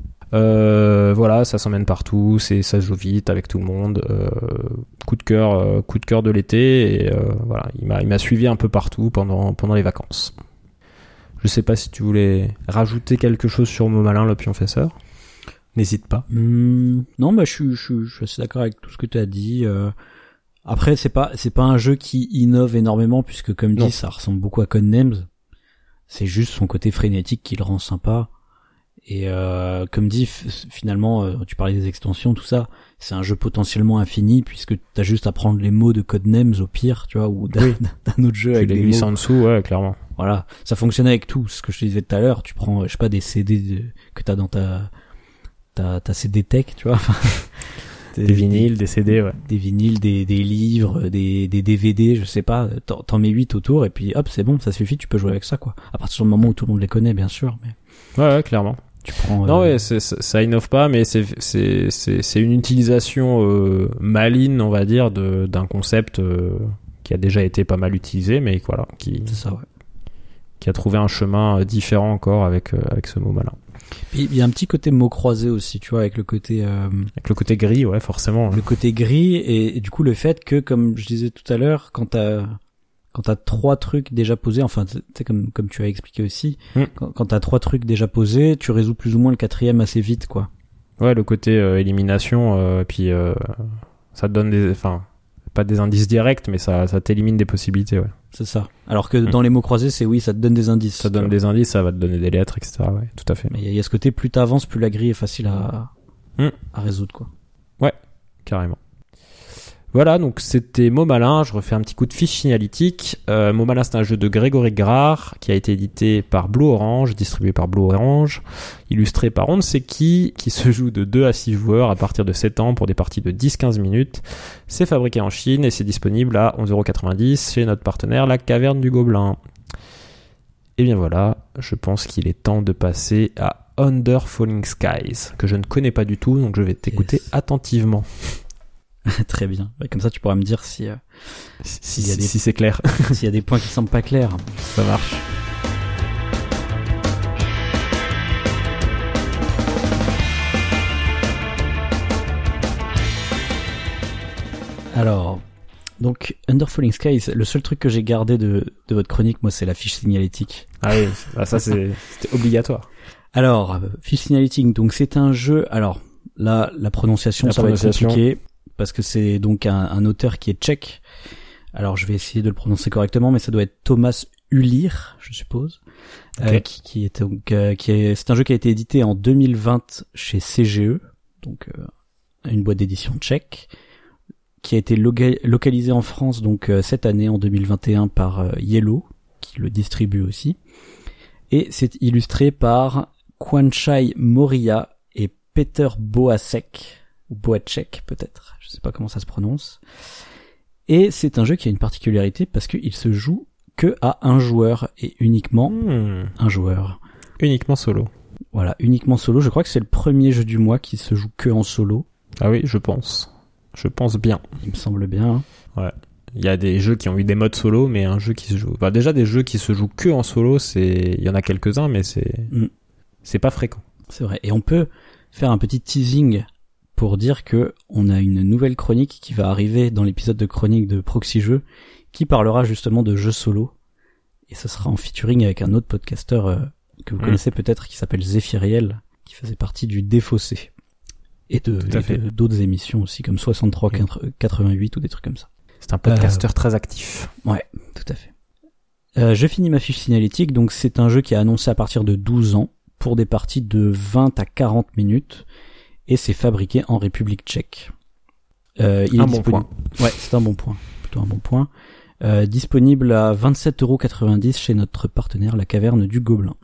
Euh, voilà, ça s'emmène partout, c'est, ça se joue vite avec tout le monde. Euh, coup de cœur, euh, coup de cœur de l'été, et euh, voilà, il m'a, il m'a suivi un peu partout pendant, pendant les vacances. Je sais pas si tu voulais rajouter quelque chose sur Mot Malin, le pionfesseur. N'hésite pas. Mmh, non, bah je suis, je suis, je suis assez d'accord avec tout ce que tu as dit. Euh... Après, c'est pas, c'est pas un jeu qui innove énormément, puisque comme dit, non. Ça ressemble beaucoup à Codenames. C'est juste son côté frénétique qui le rend sympa. Et euh, comme dit, f- finalement, euh, tu parlais des extensions, tout ça, c'est un jeu potentiellement infini, puisque t'as juste à prendre les mots de Codenames au pire, tu vois, ou d'un, oui. d'un autre jeu tu avec les des glisses mots. En dessous, ouais, clairement. Voilà, ça fonctionne avec tout. Ce que je te disais tout à l'heure, tu prends, je sais pas, des C D de, que t'as dans ta, ta, ta C D tech, tu vois. Des, des vinyles, des, des C D, ouais. Des vinyles, des, des livres, des, des D V D, je sais pas, t'en, t'en mets huit autour, et puis hop, c'est bon, ça suffit, tu peux jouer avec ça, quoi. À partir du moment où tout le monde les connaît, bien sûr, mais. Ouais, ouais, clairement. Tu prends, non, euh... ouais, c'est, ça, ça innove pas, mais c'est, c'est, c'est, c'est une utilisation, euh, maligne, on va dire, de, d'un concept, euh, qui a déjà été pas mal utilisé, mais voilà, qui. C'est ça, ouais. Qui a trouvé un chemin différent encore avec, euh, avec ce Mot Malin. Puis il y a un petit côté mot croisé aussi, tu vois, avec le côté euh, avec le côté gris, ouais, forcément. Le côté gris et, et du coup le fait que, comme je disais tout à l'heure, quand t'as quand t'as trois trucs déjà posés, enfin, tu sais, comme comme tu as expliqué aussi, mm. quand, quand t'as trois trucs déjà posés, tu résous plus ou moins le quatrième assez vite, quoi. Ouais, le côté euh, élimination, euh, puis euh, ça te donne des, enfin, pas des indices directs, mais ça ça t'élimine des possibilités, ouais. C'est ça. Alors que mmh. dans les mots croisés, c'est oui, ça te donne des indices. Ça donne des indices, ça va te donner des lettres, et cetera. Ouais, tout à fait. Mais il y, y a ce côté, plus t'avances, plus la grille est facile à, mmh. à résoudre, quoi. Ouais, carrément. Voilà, donc c'était Mots Malins. Je refais un petit coup de fiche signalétique. Euh, Mots Malins, c'est un jeu de Grégory Grard qui a été édité par Blue Orange, distribué par Blue Orange, illustré par on ne sait qui, qui se joue de deux à six joueurs à partir de sept ans pour des parties de dix à quinze minutes. C'est fabriqué en Chine et c'est disponible à onze euros quatre-vingt-dix chez notre partenaire, la Caverne du Gobelin. Et bien voilà, je pense qu'il est temps de passer à Under Falling Skies, que je ne connais pas du tout, donc je vais t'écouter yes. attentivement. Très bien. Comme ça, tu pourras me dire si, euh, si, si, si, des, si c'est clair. S'il y a des points qui semblent pas clairs. Ça marche. Alors, donc, Under Falling Skies, le seul truc que j'ai gardé de, de votre chronique, moi, c'est la fiche signalétique. Ah oui, bah ça, c'est, c'était obligatoire. Alors, fiche signalétique, donc c'est un jeu, alors, là, la prononciation, la ça prononciation. va être compliqué. Parce que c'est donc un, un auteur qui est tchèque. Alors je vais essayer de le prononcer correctement, mais ça doit être Thomas Ulir, je suppose. Okay. Euh, qui, qui est donc euh, qui est c'est un jeu qui a été édité en deux mille vingt chez C G E, donc euh, une boîte d'édition tchèque, qui a été loga- localisé en France donc euh, cette année en deux mille vingt et un par euh, Yellow, qui le distribue aussi. Et c'est illustré par Kwanchai Moria et Peter Boacek. Ou Boacek peut-être, je sais pas comment ça se prononce. Et c'est un jeu qui a une particularité parce qu'il se joue que à un joueur et uniquement mmh. un joueur. Uniquement solo. Voilà, uniquement solo. Je crois que c'est le premier jeu du mois qui se joue que en solo. Ah oui, je pense. Je pense bien. Il me semble bien. Hein. Ouais. Il y a des jeux qui ont eu des modes solo, mais un jeu qui se joue... Bah déjà, des jeux qui se jouent que en solo, c'est... Il y en a quelques-uns, mais c'est... Mmh. C'est pas fréquent. C'est vrai. Et on peut faire un petit teasing pour dire que on a une nouvelle chronique qui va arriver dans l'épisode de chronique de Proxy Jeux qui parlera justement de jeux solo et ce sera en featuring avec un autre podcasteur euh, que vous mmh. connaissez peut-être qui s'appelle Zéphiriel qui faisait partie du Défaussé et de, et de d'autres émissions aussi comme soixante-trois quatre-vingt-huit ou des trucs comme ça. C'est un podcasteur euh, très actif. Ouais, tout à fait. Euh, je finis ma fiche signalétique, donc c'est un jeu qui est annoncé à partir de douze ans pour des parties de vingt à quarante minutes. Et c'est fabriqué en République tchèque. Euh, il un est bon disponible... point. Ouais, c'est un bon point. Plutôt un bon point. Euh, disponible à vingt-sept euros quatre-vingt-dix chez notre partenaire, la Caverne du Gobelin.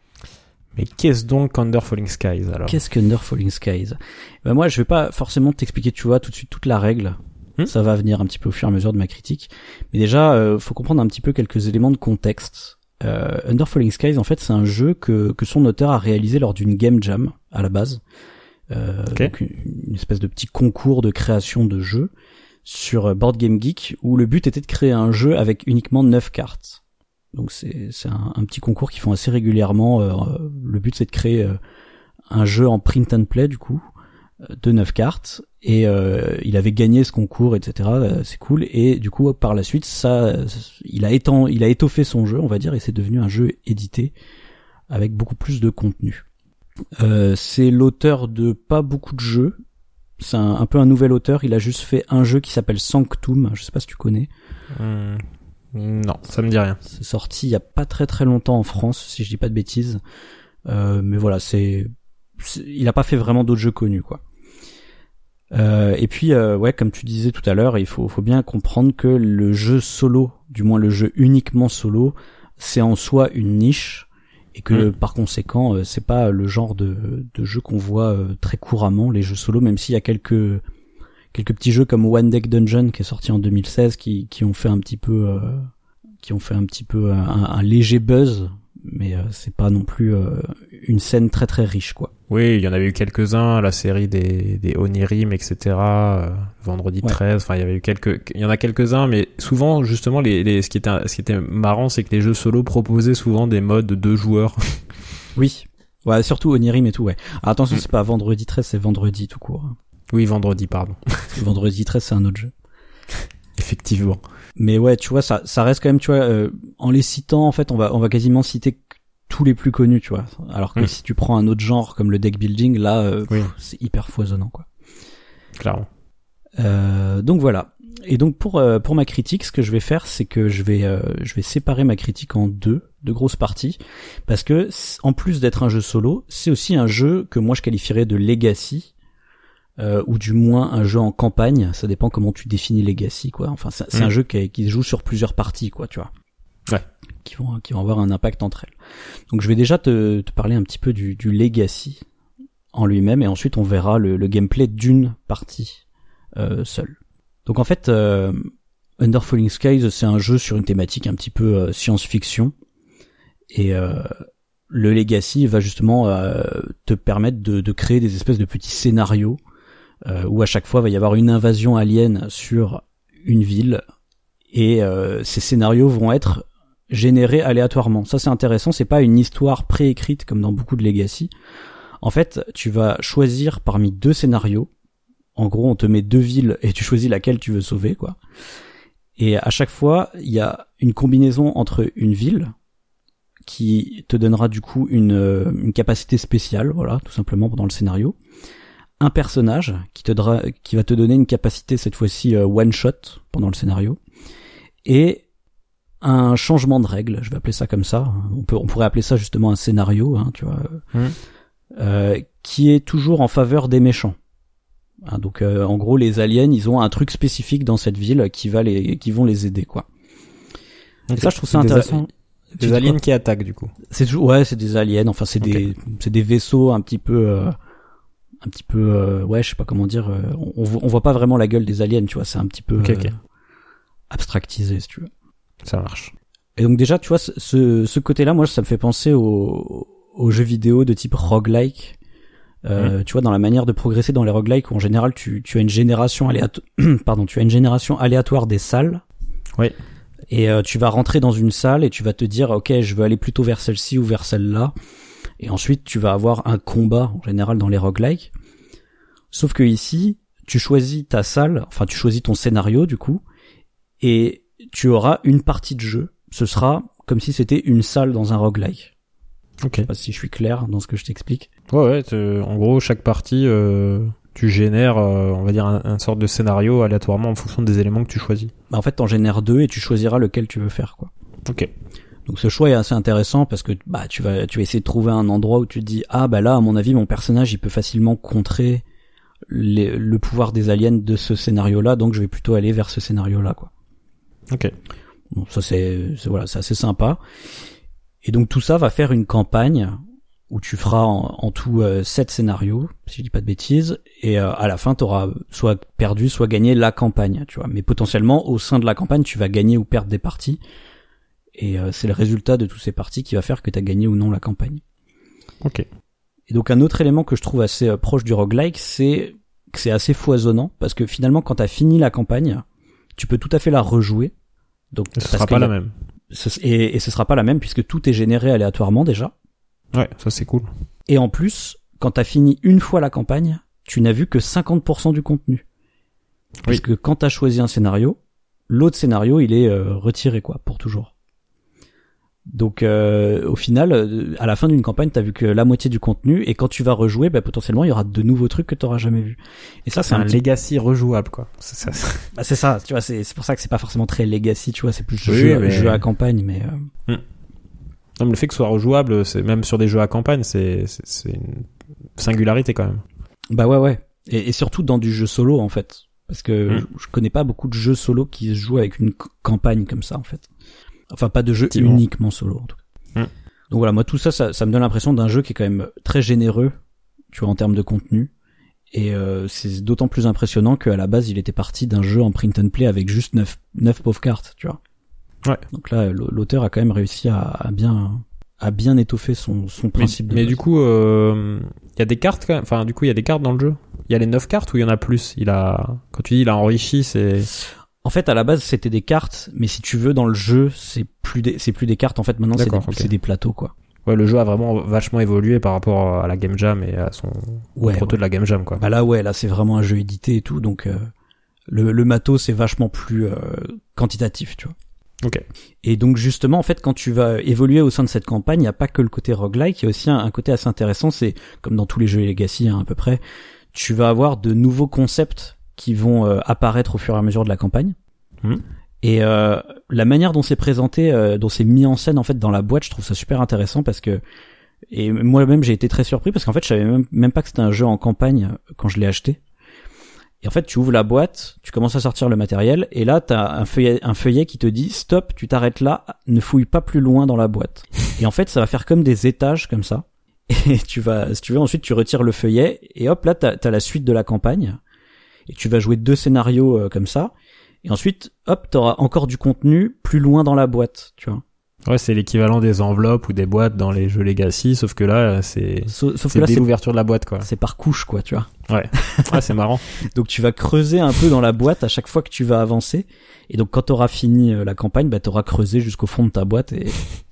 Mais qu'est-ce donc Under Falling Skies, alors? Qu'est-ce que Under Falling Skies? Ben moi, je vais pas forcément t'expliquer, tu vois, tout de suite toute la règle. Hmm? Ça va venir un petit peu au fur et à mesure de ma critique. Mais déjà, euh, faut comprendre un petit peu quelques éléments de contexte. Euh, Under Falling Skies, en fait, c'est un jeu que, que son auteur a réalisé lors d'une game jam, à la base. Euh, okay. Donc une espèce de petit concours de création de jeux sur Board Game Geek où le but était de créer un jeu avec uniquement neuf cartes. Donc c'est c'est un, un petit concours qu'ils font assez régulièrement. Euh, le but c'est de créer euh, un jeu en print and play du coup euh, de neuf cartes et euh, il avait gagné ce concours et cetera. Euh, c'est cool et du coup par la suite ça il a étant il a étoffé son jeu on va dire et c'est devenu un jeu édité avec beaucoup plus de contenu. Euh, c'est l'auteur de pas beaucoup de jeux. C'est un, un peu un nouvel auteur. Il a juste fait un jeu qui s'appelle Sanctum. Je sais pas si tu connais. Mmh, non, ça me dit rien. C'est sorti il y a pas très très longtemps en France, si je dis pas de bêtises. Euh, mais voilà, c'est, c'est, il a pas fait vraiment d'autres jeux connus, quoi. Euh, et puis, euh, ouais, comme tu disais tout à l'heure, il faut, faut bien comprendre que le jeu solo, du moins le jeu uniquement solo, c'est en soi une niche. Et que mmh. par conséquent, euh, c'est pas le genre de, de jeu qu'on voit euh, très couramment, les jeux solo, même s'il y a quelques quelques petits jeux comme One Deck Dungeon qui est sorti en deux mille seize, qui qui ont fait un petit peu euh, qui ont fait un petit peu un, un léger buzz, mais euh, c'est pas non plus euh, une scène très très riche, quoi. Oui, il y en avait eu quelques-uns, la série des des Onirim, et cetera. Euh, Vendredi ouais. treize, enfin il y avait eu quelques, il y en a quelques-uns, mais souvent justement les les ce qui était ce qui était marrant, c'est que les jeux solo proposaient souvent des modes de deux joueurs. Oui, ouais, surtout Onirim et tout, ouais. Alors, attention, mm. c'est pas Vendredi treize, c'est Vendredi tout court. Oui, Vendredi, pardon. Vendredi treize, c'est un autre jeu. Effectivement. Mais ouais, tu vois, ça ça reste quand même, tu vois, euh, en les citant, en fait, on va on va quasiment citer tous les plus connus, tu vois. Alors que mmh. si tu prends un autre genre comme le deck building, là, euh, oui. pff, c'est hyper foisonnant, quoi. Clairement. Euh, donc voilà. Et donc pour euh, pour ma critique, ce que je vais faire, c'est que je vais euh, je vais séparer ma critique en deux, deux grosses parties, parce que en plus d'être un jeu solo, c'est aussi un jeu que moi je qualifierais de legacy, euh, ou du moins un jeu en campagne. Ça dépend comment tu définis Legacy, quoi. Enfin, c'est, c'est mmh. un jeu qui, qui se joue sur plusieurs parties, quoi, tu vois. Ouais. Qui vont, qui vont avoir un impact entre elles. Donc, je vais déjà te, te parler un petit peu du, du Legacy en lui-même, et ensuite on verra le, le gameplay d'une partie euh, seule. Donc, en fait, euh, Under Falling Skies, c'est un jeu sur une thématique un petit peu euh, science-fiction, et euh, le Legacy va justement euh, te permettre de, de créer des espèces de petits scénarios euh, où à chaque fois il va y avoir une invasion alien sur une ville, et euh, ces scénarios vont être générés aléatoirement. Ça c'est intéressant, c'est pas une histoire préécrite comme dans beaucoup de Legacy. En fait, tu vas choisir parmi deux scénarios. En gros, on te met deux villes et tu choisis laquelle tu veux sauver, quoi. Et à chaque fois, il y a une combinaison entre une ville qui te donnera du coup une, une capacité spéciale, voilà, tout simplement pendant le scénario. Un personnage qui te dra- qui va te donner une capacité cette fois-ci euh, one shot pendant le scénario, et un changement de règle, je vais appeler ça comme ça. On peut, on pourrait appeler ça justement un scénario, hein, tu vois, mmh. euh, qui est toujours en faveur des méchants. Hein, donc euh, en gros, les aliens, ils ont un truc spécifique dans cette ville qui va les, qui vont les aider, quoi. Donc ça, je trouve ça intéressant. Des aliens quoi qui attaquent du coup. C'est toujours, ouais, c'est des aliens. Enfin, c'est okay. des, c'est des vaisseaux un petit peu, euh, un petit peu, euh, ouais, je sais pas comment dire. Euh, on, on voit pas vraiment la gueule des aliens, tu vois. C'est un petit peu okay, euh, okay. abstractisé, si tu veux. Ça marche. Et donc déjà, tu vois, ce, ce côté-là, moi, ça me fait penser aux, aux jeux vidéo de type roguelike. Euh, mmh. Tu vois, dans la manière de progresser dans les roguelikes, où en général, tu, tu as une génération aléatoire, pardon, tu as une génération aléatoire des salles. Oui. Et euh, tu vas rentrer dans une salle et tu vas te dire ok, je veux aller plutôt vers celle-ci ou vers celle-là, et ensuite tu vas avoir un combat en général dans les roguelikes. Sauf que ici tu choisis ta salle, enfin tu choisis ton scénario du coup, et tu auras une partie de jeu. Ce sera comme si c'était une salle dans un roguelike. Ok. Je sais pas si je suis clair dans ce que je t'explique. Ouais ouais. En gros, chaque partie euh... tu génères, euh, on va dire, un, un sorte de scénario aléatoirement en fonction des éléments que tu choisis. Bah en fait, t'en génères deux et tu choisiras lequel tu veux faire, quoi. Ok. Donc ce choix est assez intéressant parce que bah tu vas tu vas essayer de trouver un endroit où tu te dis ah bah là à mon avis mon personnage il peut facilement contrer les, le pouvoir des aliens de ce scénario-là, donc je vais plutôt aller vers ce scénario-là, quoi. Ok. Bon, ça c'est, c'est voilà, c'est assez sympa. Et donc tout ça va faire une campagne où tu feras en, en tout euh, sept scénarios, si je dis pas de bêtises, et euh, à la fin t'auras soit perdu, soit gagné la campagne, tu vois. Mais potentiellement au sein de la campagne, tu vas gagner ou perdre des parties, et euh, c'est le résultat de tous ces parties qui va faire que t'as gagné ou non la campagne. Ok. Et donc un autre élément que je trouve assez euh, proche du roguelike, c'est que c'est assez foisonnant, parce que finalement quand t'as fini la campagne, tu peux tout à fait la rejouer. Donc ce sera pas la même. Et, et ce sera pas la même puisque tout est généré aléatoirement déjà. Ouais, ça c'est cool. Et en plus, quand t'as fini une fois la campagne, tu n'as vu que cinquante pour cent du contenu. Oui. Puisque quand t'as choisi un scénario, l'autre scénario, il est euh, retiré, quoi, pour toujours. Donc, euh, au final, euh, à la fin d'une campagne, t'as vu que la moitié du contenu, et quand tu vas rejouer, bah, potentiellement, il y aura de nouveaux trucs que t'auras jamais vus. Et ça, c'est, c'est un, un petit... legacy rejouable, quoi. C'est ça. Bah, c'est ça, tu vois, c'est, c'est pour ça que c'est pas forcément très legacy, tu vois, c'est plus oui, jeu, mais... jeu à campagne, mais... Euh... Hum. Non, mais le fait que ce soit rejouable, c'est même sur des jeux à campagne, c'est, c'est, c'est une singularité quand même. Bah ouais, ouais. Et, et surtout dans du jeu solo, en fait. Parce que mmh. je, je connais pas beaucoup de jeux solo qui se jouent avec une c- campagne comme ça, en fait. Enfin, pas de jeu uniquement solo, en tout cas. Mmh. Donc voilà, moi, tout ça, ça, ça me donne l'impression d'un jeu qui est quand même très généreux, tu vois, en termes de contenu. Et euh, c'est d'autant plus impressionnant qu'à la base, il était parti d'un jeu en print and play avec juste neuf, neuf pauvres cartes, tu vois. Ouais. Donc là, l'auteur a quand même réussi à, à bien, à bien étoffer son, son principe. Mais, de mais base. du coup, il euh, y a des cartes quand même. Enfin, du coup, il y a des cartes dans le jeu. Il y a les neuf cartes ou il y en a plus. Il a, quand tu dis il a enrichi, c'est. En fait, à la base, c'était des cartes, mais si tu veux, dans le jeu, c'est plus des, c'est plus des cartes. En fait, maintenant, c'est des, okay. c'est des plateaux, quoi. Ouais, le jeu a vraiment vachement évolué par rapport à la Game Jam et à son ouais, proto ouais. de la Game Jam, quoi. Bah là, ouais, là, c'est vraiment un jeu édité et tout, donc euh, le, le matos, c'est vachement plus euh, quantitatif, tu vois. Ok. Et donc justement, en fait, quand tu vas évoluer au sein de cette campagne, il n'y a pas que le côté roguelike, il y a aussi un, un côté assez intéressant, c'est comme dans tous les jeux Legacy, hein, à peu près, tu vas avoir de nouveaux concepts qui vont euh, apparaître au fur et à mesure de la campagne. Mmh. Et euh, la manière dont c'est présenté, euh, dont c'est mis en scène en fait dans la boîte, je trouve ça super intéressant parce que et moi-même j'ai été très surpris parce qu'en fait je savais même, même pas que c'était un jeu en campagne quand je l'ai acheté. Et en fait, tu ouvres la boîte, tu commences à sortir le matériel, et là, t'as un feuillet, un feuillet qui te dit stop, tu t'arrêtes là, ne fouille pas plus loin dans la boîte. Et en fait, ça va faire comme des étages comme ça. Et tu vas, si tu veux, ensuite tu retires le feuillet, et hop, là, t'as, t'as la suite de la campagne. Et tu vas jouer deux scénarios euh, comme ça. Et ensuite, hop, t'auras encore du contenu plus loin dans la boîte, tu vois. Ouais, c'est l'équivalent des enveloppes ou des boîtes dans les jeux Legacy, sauf que là, c'est, sauf, sauf c'est que là, dès c'est l'ouverture de la boîte, quoi. C'est par couche, quoi, tu vois. Ouais. Ouais, c'est marrant. Donc tu vas creuser un peu dans la boîte à chaque fois que tu vas avancer. Et donc quand t'auras fini la campagne, bah t'auras creusé jusqu'au fond de ta boîte et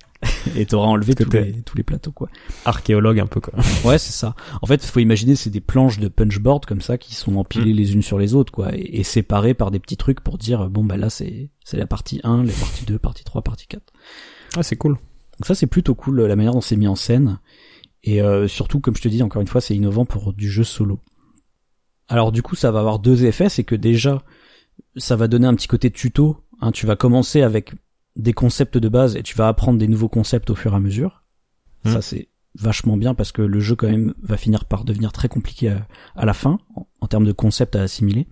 et t'auras enlevé tous les, tous les plateaux, quoi. Archéologue un peu, quoi. Ouais, c'est ça. En fait, il faut imaginer, c'est des planches de punchboard comme ça qui sont empilées mmh. les unes sur les autres, quoi, et, et séparées par des petits trucs pour dire bon bah là c'est c'est la partie un, la partie deux, partie trois, partie quatre. Ah, c'est cool. Donc ça c'est plutôt cool la manière dont c'est mis en scène. Et euh, surtout, comme je te dis encore une fois, c'est innovant pour du jeu solo. Alors du coup, ça va avoir deux effets, c'est que déjà, ça va donner un petit côté tuto. Hein, tu vas commencer avec des concepts de base et tu vas apprendre des nouveaux concepts au fur et à mesure. Mmh. Ça c'est vachement bien parce que le jeu quand même va finir par devenir très compliqué à, à la fin en, en termes de concepts à assimiler.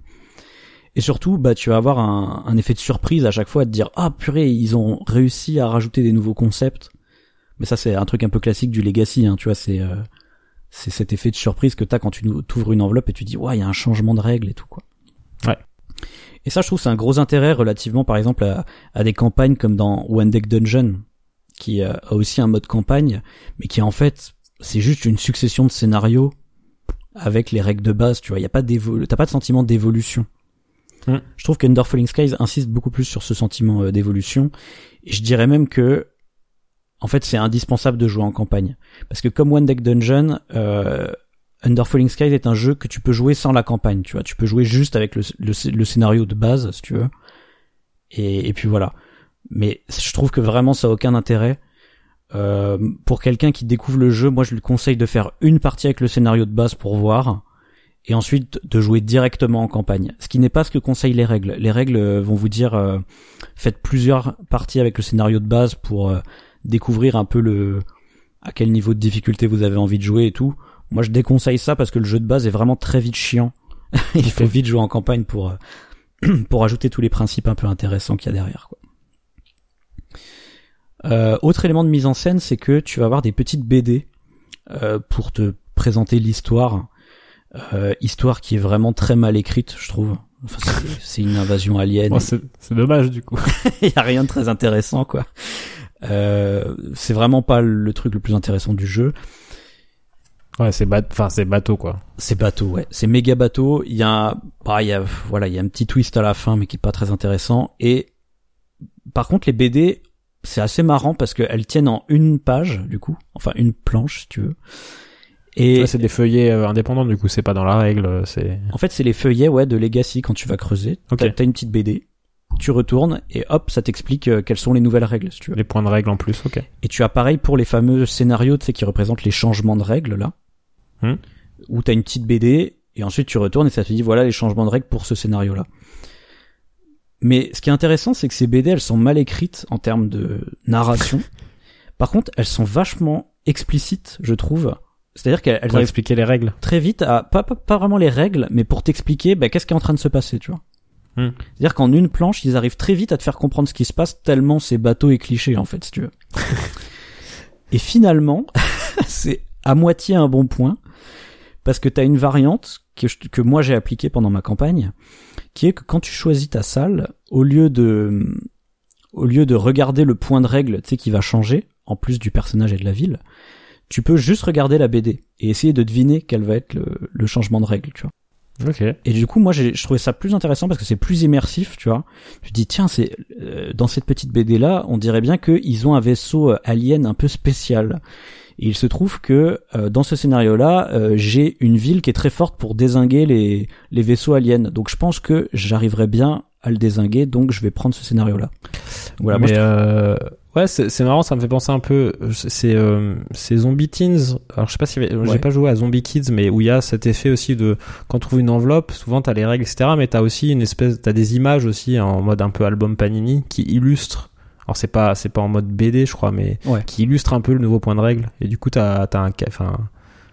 Et surtout, bah tu vas avoir un, un effet de surprise à chaque fois, à te dire ah purée, ils ont réussi à rajouter des nouveaux concepts. Mais ça c'est un truc un peu classique du Legacy, hein, tu vois, c'est euh, c'est cet effet de surprise que t'as quand tu t'ouvres une enveloppe et tu dis ouais, il y a un changement de règle et tout, quoi. Ouais. Et ça, je trouve, c'est un gros intérêt relativement, par exemple, à, à des campagnes comme dans One Deck Dungeon, qui a aussi un mode campagne, mais qui en fait, c'est juste une succession de scénarios avec les règles de base, tu vois. Il y a pas d'évo- t'as pas de sentiment d'évolution. Mm. Je trouve qu'Under Falling Skies insiste beaucoup plus sur ce sentiment d'évolution, et je dirais même que, en fait, c'est indispensable de jouer en campagne, parce que comme One Deck Dungeon, euh, Under Falling Skies est un jeu que tu peux jouer sans la campagne, tu vois. Tu peux jouer juste avec le, le, le scénario de base, si tu veux. Et, et puis voilà. Mais je trouve que vraiment ça a aucun intérêt. Euh, pour quelqu'un qui découvre le jeu, moi je lui conseille de faire une partie avec le scénario de base pour voir, et ensuite de jouer directement en campagne. Ce qui n'est pas ce que conseillent les règles. Les règles vont vous dire euh, faites plusieurs parties avec le scénario de base pour euh, découvrir un peu le à quel niveau de difficulté vous avez envie de jouer et tout. Moi, je déconseille ça parce que le jeu de base est vraiment très vite chiant. Il faut vite jouer en campagne pour euh, pour ajouter tous les principes un peu intéressants qu'il y a derrière, quoi. Euh, autre élément de mise en scène, c'est que tu vas avoir des petites B D euh, pour te présenter l'histoire. Euh, histoire qui est vraiment très mal écrite, je trouve. Enfin, c'est, c'est une invasion alien. Bon, c'est, c'est dommage, du coup. Il y a rien de très intéressant, quoi. Euh, c'est vraiment pas le truc le plus intéressant du jeu. Ouais, c'est bat... enfin, c'est bateau, quoi. C'est bateau, ouais. C'est méga bateau. Il y a, bah, il y a, voilà, il y a un petit twist à la fin, mais qui est pas très intéressant. Et, par contre, les B D, c'est assez marrant parce qu'elles tiennent en une page, du coup. Enfin, une planche, si tu veux. Et. Là, c'est des feuillets euh, indépendants, du coup. C'est pas dans la règle, c'est. En fait, c'est les feuillets, ouais, de Legacy quand tu vas creuser. Okay. T'as, t'as une petite B D. Tu retournes et hop, ça t'explique euh, quelles sont les nouvelles règles, si tu veux. Les points de règle en plus, ok. Et tu as pareil pour les fameux scénarios, tu sais, qui représentent les changements de règles, là. Hmm. Où t'as une petite B D, et ensuite tu retournes et ça te dit voilà les changements de règles pour ce scénario-là. Mais ce qui est intéressant, c'est que ces B D, elles sont mal écrites en termes de narration. Par contre, elles sont vachement explicites, je trouve. C'est-à-dire qu'elles pour arrivent expliquer les règles. Très vite à, pas, pas, pas vraiment les règles, mais pour t'expliquer, bah, qu'est-ce qui est en train de se passer, tu vois. Hmm. C'est-à-dire qu'en une planche, ils arrivent très vite à te faire comprendre ce qui se passe tellement c'est bateau et cliché, en fait, si tu veux. Et finalement, c'est à moitié un bon point, parce que t'as une variante que, je, que moi j'ai appliquée pendant ma campagne, qui est que quand tu choisis ta salle, au lieu de, au lieu de regarder le point de règle, tu sais, qui va changer, en plus du personnage et de la ville, tu peux juste regarder la B D et essayer de deviner quel va être le, le changement de règle, tu vois. Ok. Et du coup, moi, j'ai, je trouvais ça plus intéressant parce que c'est plus immersif, tu vois. Je me dis, tiens, c'est euh, dans cette petite B D là, on dirait bien qu'ils ont un vaisseau euh, alien un peu spécial. Et il se trouve que euh, dans ce scénario-là, euh, j'ai une ville qui est très forte pour dézinguer les les vaisseaux aliens. Donc, je pense que j'arriverai bien à le dézinguer. Donc, je vais prendre ce scénario-là. Voilà. Mais moi, euh... ouais, c'est, c'est marrant, ça me fait penser un peu. C'est, euh, c'est Zombie Teens. Alors, je sais pas si j'ai ouais. pas joué à Zombie Kids, mais où il y a cet effet aussi de quand tu trouves une enveloppe, souvent t'as les règles, et cetera. Mais t'as aussi une espèce, t'as des images aussi en mode un peu album Panini qui illustrent. Alors c'est pas, c'est pas en mode B D, je crois, mais ouais. qui illustrent un peu le nouveau point de règle. Et du coup, t'as, t'as un, enfin,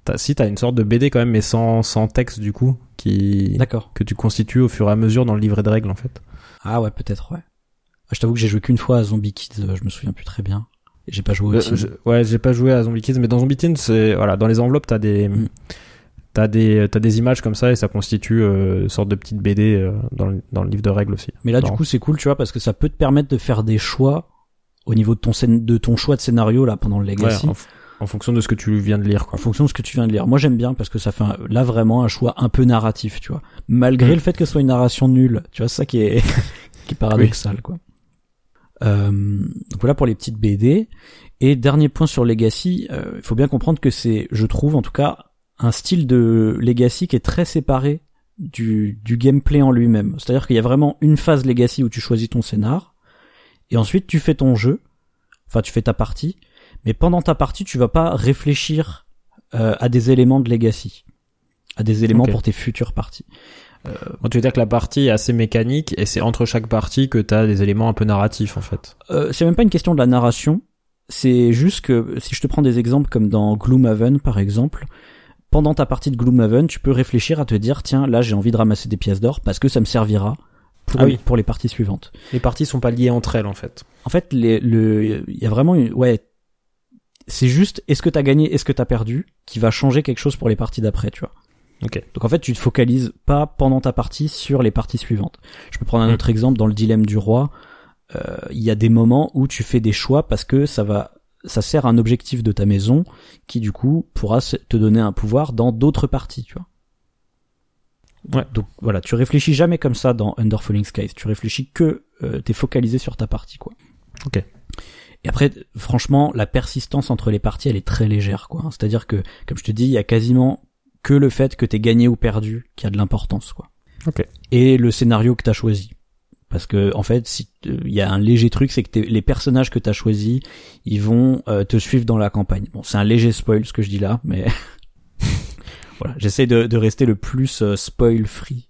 T'as, si t'as une sorte de B D quand même, mais sans sans texte du coup, qui D'accord. que tu constitues au fur et à mesure dans le livret de règles en fait. Ah ouais, peut-être, ouais. Je t'avoue que j'ai joué qu'une fois à Zombie Kids, je me souviens plus très bien. Et j'ai pas joué au Euh, team. je- ouais, j'ai pas joué à Zombie Kids, mais dans Zombie Teens, c'est voilà, dans les enveloppes t'as des Mm. t'as des t'as des images comme ça et ça constitue euh, une sorte de petite B D euh, dans le dans le livre de règles aussi. Mais là, Non. du coup, c'est cool, tu vois, parce que ça peut te permettre de faire des choix au niveau de ton scén- de ton choix de scénario là pendant le Legacy. Ouais, en, f- en fonction de ce que tu viens de lire En quoi. fonction de ce que tu viens de lire. Moi, j'aime bien parce que ça fait un- là vraiment un choix un peu narratif, tu vois. Malgré Mm. le fait que ce soit une narration nulle, tu vois, c'est ça qui est qui est paradoxal, quoi. Euh, donc voilà pour les petites B D. Et dernier point sur Legacy, il euh, faut bien comprendre que c'est, je trouve en tout cas, un style de Legacy qui est très séparé du, du gameplay en lui-même. C'est-à-dire qu'il y a vraiment une phase Legacy où tu choisis ton scénar, et ensuite tu fais ton jeu, enfin tu fais ta partie, mais pendant ta partie tu vas pas réfléchir euh, à des éléments de Legacy, à des éléments Ok. pour tes futures parties. Bon, tu veux dire que la partie est assez mécanique et c'est entre chaque partie que t'as des éléments un peu narratifs en fait. Euh, c'est même pas une question de la narration, c'est juste que si je te prends des exemples comme dans Gloomhaven par exemple, pendant ta partie de Gloomhaven, tu peux réfléchir à te dire tiens là j'ai envie de ramasser des pièces d'or parce que ça me servira pour, Ah oui. pour les parties suivantes. Les parties sont pas liées entre elles en fait. En fait, les, le, il y a vraiment une, ouais, c'est juste est-ce que t'as gagné, est-ce que t'as perdu, qui va changer quelque chose pour les parties d'après, tu vois. Ok. Donc en fait, tu te focalises pas pendant ta partie sur les parties suivantes. Je peux prendre un Mm. autre exemple dans le dilemme du roi. Euh, il y a des moments où tu fais des choix parce que ça va, ça sert à un objectif de ta maison qui du coup pourra se- te donner un pouvoir dans d'autres parties, tu vois. Ouais. Donc voilà, tu réfléchis jamais comme ça dans Under Falling Skies. Tu réfléchis que euh, t'es focalisé sur ta partie, quoi. Ok. Et après, franchement, la persistance entre les parties, elle est très légère, quoi. C'est-à-dire que, comme je te dis, il y a quasiment que le fait que t'aies gagné ou perdu qui a de l'importance, quoi. Ok. Et le scénario que t'as choisi. Parce que, en fait, si il y a un léger truc, c'est que t'es- les personnages que t'as choisis, ils vont euh, te suivre dans la campagne. Bon, c'est un léger spoil ce que je dis là, mais voilà, j'essaie de, de rester le plus euh, spoil free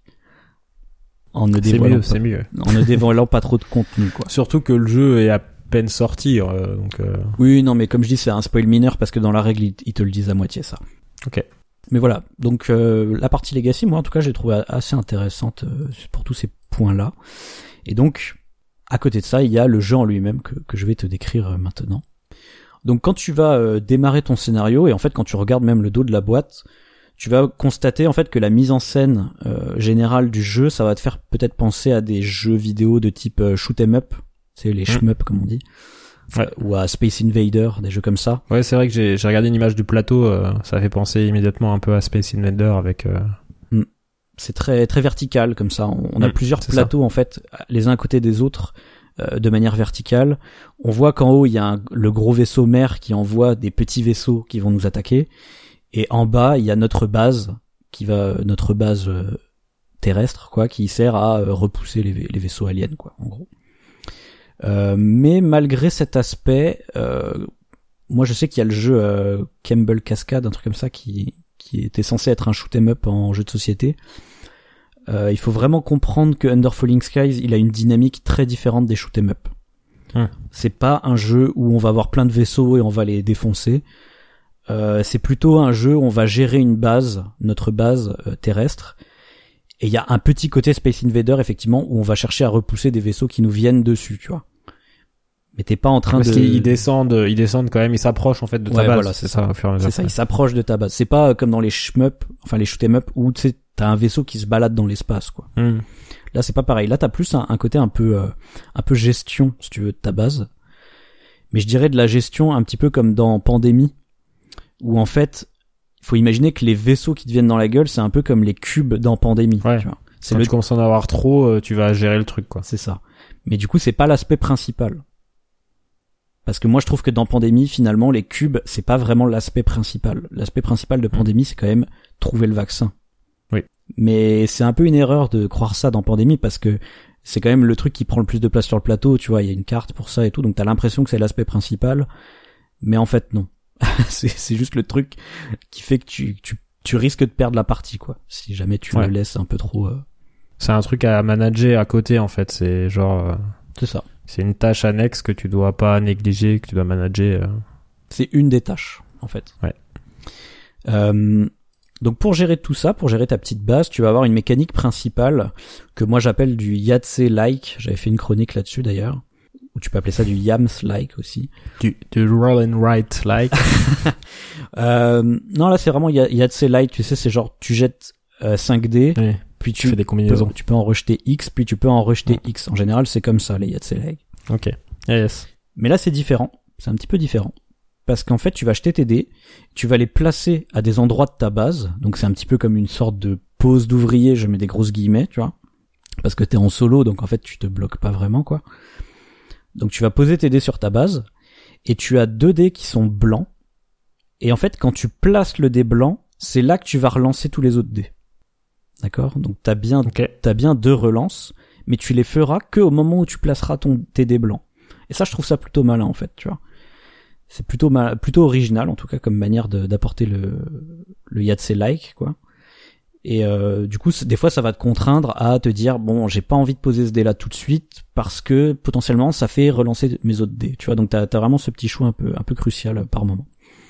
en ne C'est dévoilant mieux, pas, c'est mieux. en ne dévoilant pas trop de contenu, quoi. Surtout que le jeu est à peine sorti, euh, donc. Euh... Oui, non, mais comme je dis, c'est un spoil mineur parce que dans la règle, ils, ils te le disent à moitié, ça. Ok. Mais voilà, donc euh, la partie Legacy, moi en tout cas, j'ai trouvé assez intéressante euh, pour tous ces points-là. Et donc, à côté de ça, il y a le jeu en lui-même que, que je vais te décrire euh, maintenant. Donc quand tu vas euh, démarrer ton scénario, et en fait quand tu regardes même le dos de la boîte, tu vas constater en fait que la mise en scène euh, générale du jeu, ça va te faire peut-être penser à des jeux vidéo de type euh, shoot 'em up, c'est les Mmh. shmup comme on dit, Ouais. ou à Space Invader, des jeux comme ça. Ouais, c'est vrai que j'ai, j'ai regardé une image du plateau, euh, ça fait penser immédiatement un peu à Space Invader avec. Euh... C'est très très vertical comme ça. On, on a Mmh, plusieurs c'est plateaux en fait, les uns à côté des autres, euh, de manière verticale. On voit qu'en haut il y a un- le gros vaisseau mère qui envoie des petits vaisseaux qui vont nous attaquer, et en bas il y a notre base qui va, notre base euh, terrestre quoi, qui sert à euh, repousser les, va- les vaisseaux aliens quoi, en gros. Euh, mais malgré cet aspect, euh, moi je sais qu'il y a le jeu euh, Campbell Cascade, un truc comme ça qui qui était censé être un shoot 'em up en jeu de société. Euh, il faut vraiment comprendre que Under Falling Skies, il a une dynamique très différente des shoot 'em up. Hum. C'est pas un jeu où on va avoir plein de vaisseaux et on va les défoncer. Euh, c'est plutôt un jeu où on va gérer une base, notre base euh, terrestre. Et il y a un petit côté Space Invader, effectivement, où on va chercher à repousser des vaisseaux qui nous viennent dessus, tu vois. Mais t'es pas en train Parce de... qu'ils descendent, ils descendent quand même, ils s'approchent en fait de ta Ouais, base. voilà, c'est c'est ça, au fur et à mesure. C'est ça, il s'approche de ta base. C'est pas comme dans les shmup, enfin les shoot 'em up, où tu sais, t'as un vaisseau qui se balade dans l'espace, quoi. Hum. Là, c'est pas pareil. Là, t'as plus un, un côté un peu, euh, un peu gestion, si tu veux, de ta base. Mais je dirais de la gestion un petit peu comme dans Pandémie, où en fait, il faut imaginer que les vaisseaux qui te viennent dans la gueule, c'est un peu comme les cubes dans Pandémie. Ouais. Tu vois. C'est Quand le, tu commences à en avoir trop, euh, tu vas gérer le truc, quoi. c'est ça. Mais du coup, c'est pas l'aspect principal. Parce que moi, je trouve que dans Pandémie, finalement, les cubes, c'est pas vraiment l'aspect principal. L'aspect principal de Pandémie, c'est quand même trouver le vaccin. Oui. Mais c'est un peu une erreur de croire ça dans Pandémie, parce que c'est quand même le truc qui prend le plus de place sur le plateau, tu vois, il y a une carte pour ça et tout, donc t'as l'impression que c'est l'aspect principal, mais en fait, non. c'est, c'est juste le truc qui fait que tu, tu, tu risques de perdre la partie, quoi, si jamais tu Ouais. le laisses un peu trop... Euh... C'est un truc à manager à côté, en fait. C'est genre, euh, C'est ça. c'est une tâche annexe que tu dois pas négliger, que tu dois manager. euh. C'est une des tâches, en fait. Ouais. Euh, donc pour gérer tout ça, pour gérer ta petite base, tu vas avoir une mécanique principale que moi j'appelle du Yahtzee-like. J'avais fait une chronique là-dessus d'ailleurs. Ou tu peux appeler ça du Yams-like aussi. Du, du roll and write-like. euh, non, là c'est vraiment Yahtzee-like, tu sais, c'est genre tu jettes euh, cinq dés, oui, puis tu, fais des combinaisons. Peux, tu peux en rejeter X, puis tu peux en rejeter ouais. X. En général, c'est comme ça les Yahtzee-like. Ok, yes. Mais là c'est différent, c'est un petit peu différent. Parce qu'en fait, tu vas jeter tes dés, tu vas les placer à des endroits de ta base, donc c'est un petit peu comme une sorte de pose d'ouvrier, je mets des grosses guillemets, tu vois, parce que t'es en solo, donc en fait tu te bloques pas vraiment, quoi. Donc tu vas poser tes dés sur ta base, et tu as deux dés qui sont blancs, et en fait quand tu places le dé blanc, c'est là que tu vas relancer tous les autres dés. D'accord ? Donc t'as bien, okay. t'as bien deux relances, mais tu les feras que au moment où tu placeras ton, tes dés blancs. Et ça, je trouve ça plutôt malin, en fait, tu vois. C'est plutôt mal, plutôt original, en tout cas, comme manière de, d'apporter le, le Yahtzee-like, quoi. Et euh, du coup, des fois, ça va te contraindre à te dire, bon, j'ai pas envie de poser ce dé-là tout de suite, parce que, potentiellement, ça fait relancer mes autres dés, tu vois. Donc, t'as, t'as vraiment ce petit choix un peu, un peu crucial par moment.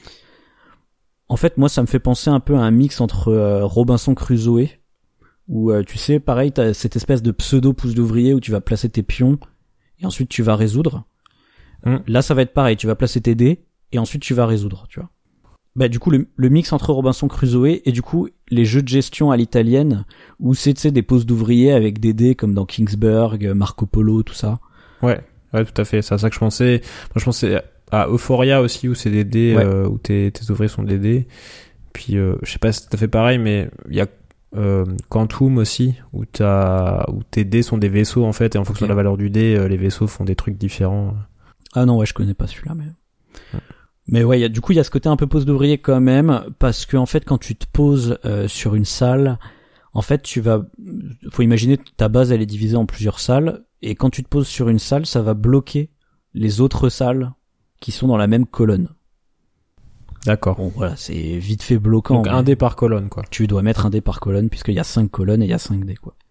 En fait, moi, ça me fait penser un peu à un mix entre euh, Robinson Crusoe, où, euh, tu sais, pareil, t'as cette espèce de pseudo-pouce d'ouvrier où tu vas placer tes pions, et ensuite tu vas résoudre. Mmh. Là, ça va être pareil, tu vas placer tes dés, et ensuite tu vas résoudre, tu vois. Bah, du coup, le, le mix entre Robinson Crusoe et du coup, les jeux de gestion à l'italienne, où c'est, tu sais, des poses d'ouvriers avec des dés comme dans Kingsburg, Marco Polo, tout ça. Ouais, ouais, tout à fait, c'est à ça que je pensais. Moi, je pensais à Euphoria aussi, où c'est des dés, ouais. euh, où tes, tes ouvriers sont des dés. Puis, euh, je sais pas si t'as fait pareil, mais il y a euh, Quantum aussi, où t'as, où tes dés sont des vaisseaux, en fait, et en fonction okay. de la valeur du dé, euh, les vaisseaux font des trucs différents. Ah non, ouais, je connais pas celui-là, mais... Ouais. Mais ouais, y a, du coup, il y a ce côté un peu pose d'ouvrier quand même, parce que en fait, quand tu te poses euh, sur une salle, en fait, tu vas... Faut imaginer ta base, elle est divisée en plusieurs salles, et quand tu te poses sur une salle, ça va bloquer les autres salles qui sont dans la même colonne. D'accord. Bon, voilà, c'est vite fait bloquant. Donc un dé par colonne, quoi. Tu dois mettre un dé par colonne, puisqu'il y a cinq colonnes et il y a cinq dés, quoi.